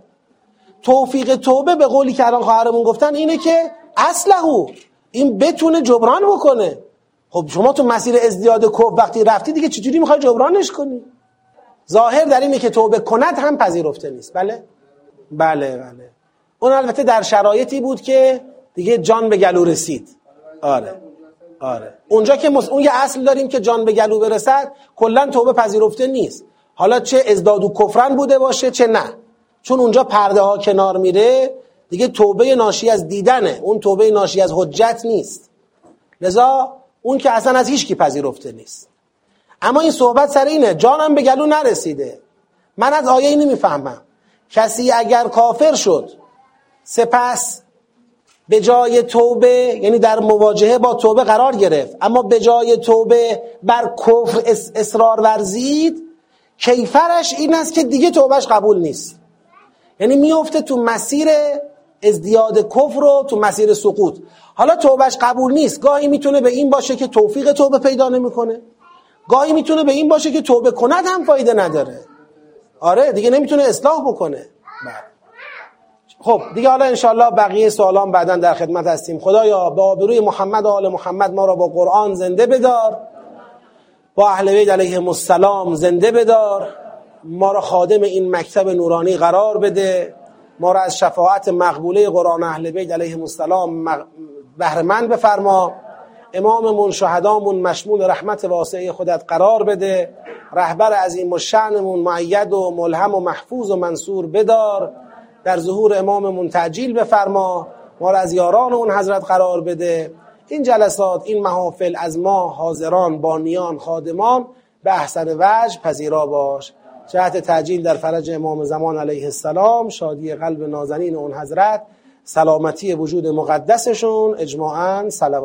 توفیق توبه به قولی که الان خواهرمون گفتن اینه که اصلهو، این بتونه جبران بکنه. خب شما تو مسیر ازدیاد کفر وقتی رفتی دیگه چجوری میخوای جبرانش کنی؟ ظاهر در اینه که توبه کند هم پذیرفته نیست. بله بله بله اون البته در شرایطی بود که دیگه جان به گلو رسید. آره آره اونجا که مس... اون یه اصل داریم که جان به گلو برسد کلا توبه پذیرفته نیست، حالا چه ازداد و کفرن بوده باشه چه نه، چون اونجا پرده ها کنار میره دیگه توبه ناشی از دیدنه، اون توبه ناشی از حجت نیست، لذا اون که اصلا از هیچ کی پذیرفته نیست. اما این صحبت سر اینه جانم به گلو نرسیده. من از آیه اینو میفهمم کسی اگر کافر شد سپس به جای توبه، یعنی در مواجهه با توبه قرار گرفت اما به جای توبه بر کفر اصرار ورزید، کیفرش این است که دیگه توبهش قبول نیست. یعنی میفته تو مسیر ازدیاد کفر و تو مسیر سقوط. حالا توبهش قبول نیست، گاهی میتونه به این باشه که توفیق توبه پیدا نمیکنه، گاهی میتونه به این باشه که توبه کند هم فایده نداره. آره دیگه نمیتونه اصلاح بکنه. بله. خب دیگه حالا انشالله بقیه سوالان بعداً در خدمت هستیم. خدایا به آبروی محمد و آل محمد ما را با قرآن زنده بدار، با اهل بیت علیهم السلام زنده بدار، ما را خادم این مکتب نورانی قرار بده، ما را از شفاعت مقبوله قرآن اهل بیت علیهم السلام بهره مند بفرما، اماممون شهدامون مشمول رحمت واسعه خودت قرار بده، رهبر عظیم و شأنمون مؤید و ملهم و محفوظ و منصور بدار، در ظهور اماممون تعجیل بفرما، ما را از یاران اون حضرت قرار بده. این جلسات، این محافل از ما حاضران، بانیان، خادمان به احسن وجه پذیرا باش. جهت تعجیل در فرج امام زمان علیه السلام، شادی قلب نازنین اون حضرت، سلامتی وجود مقدسشون، اجماعاً صلوات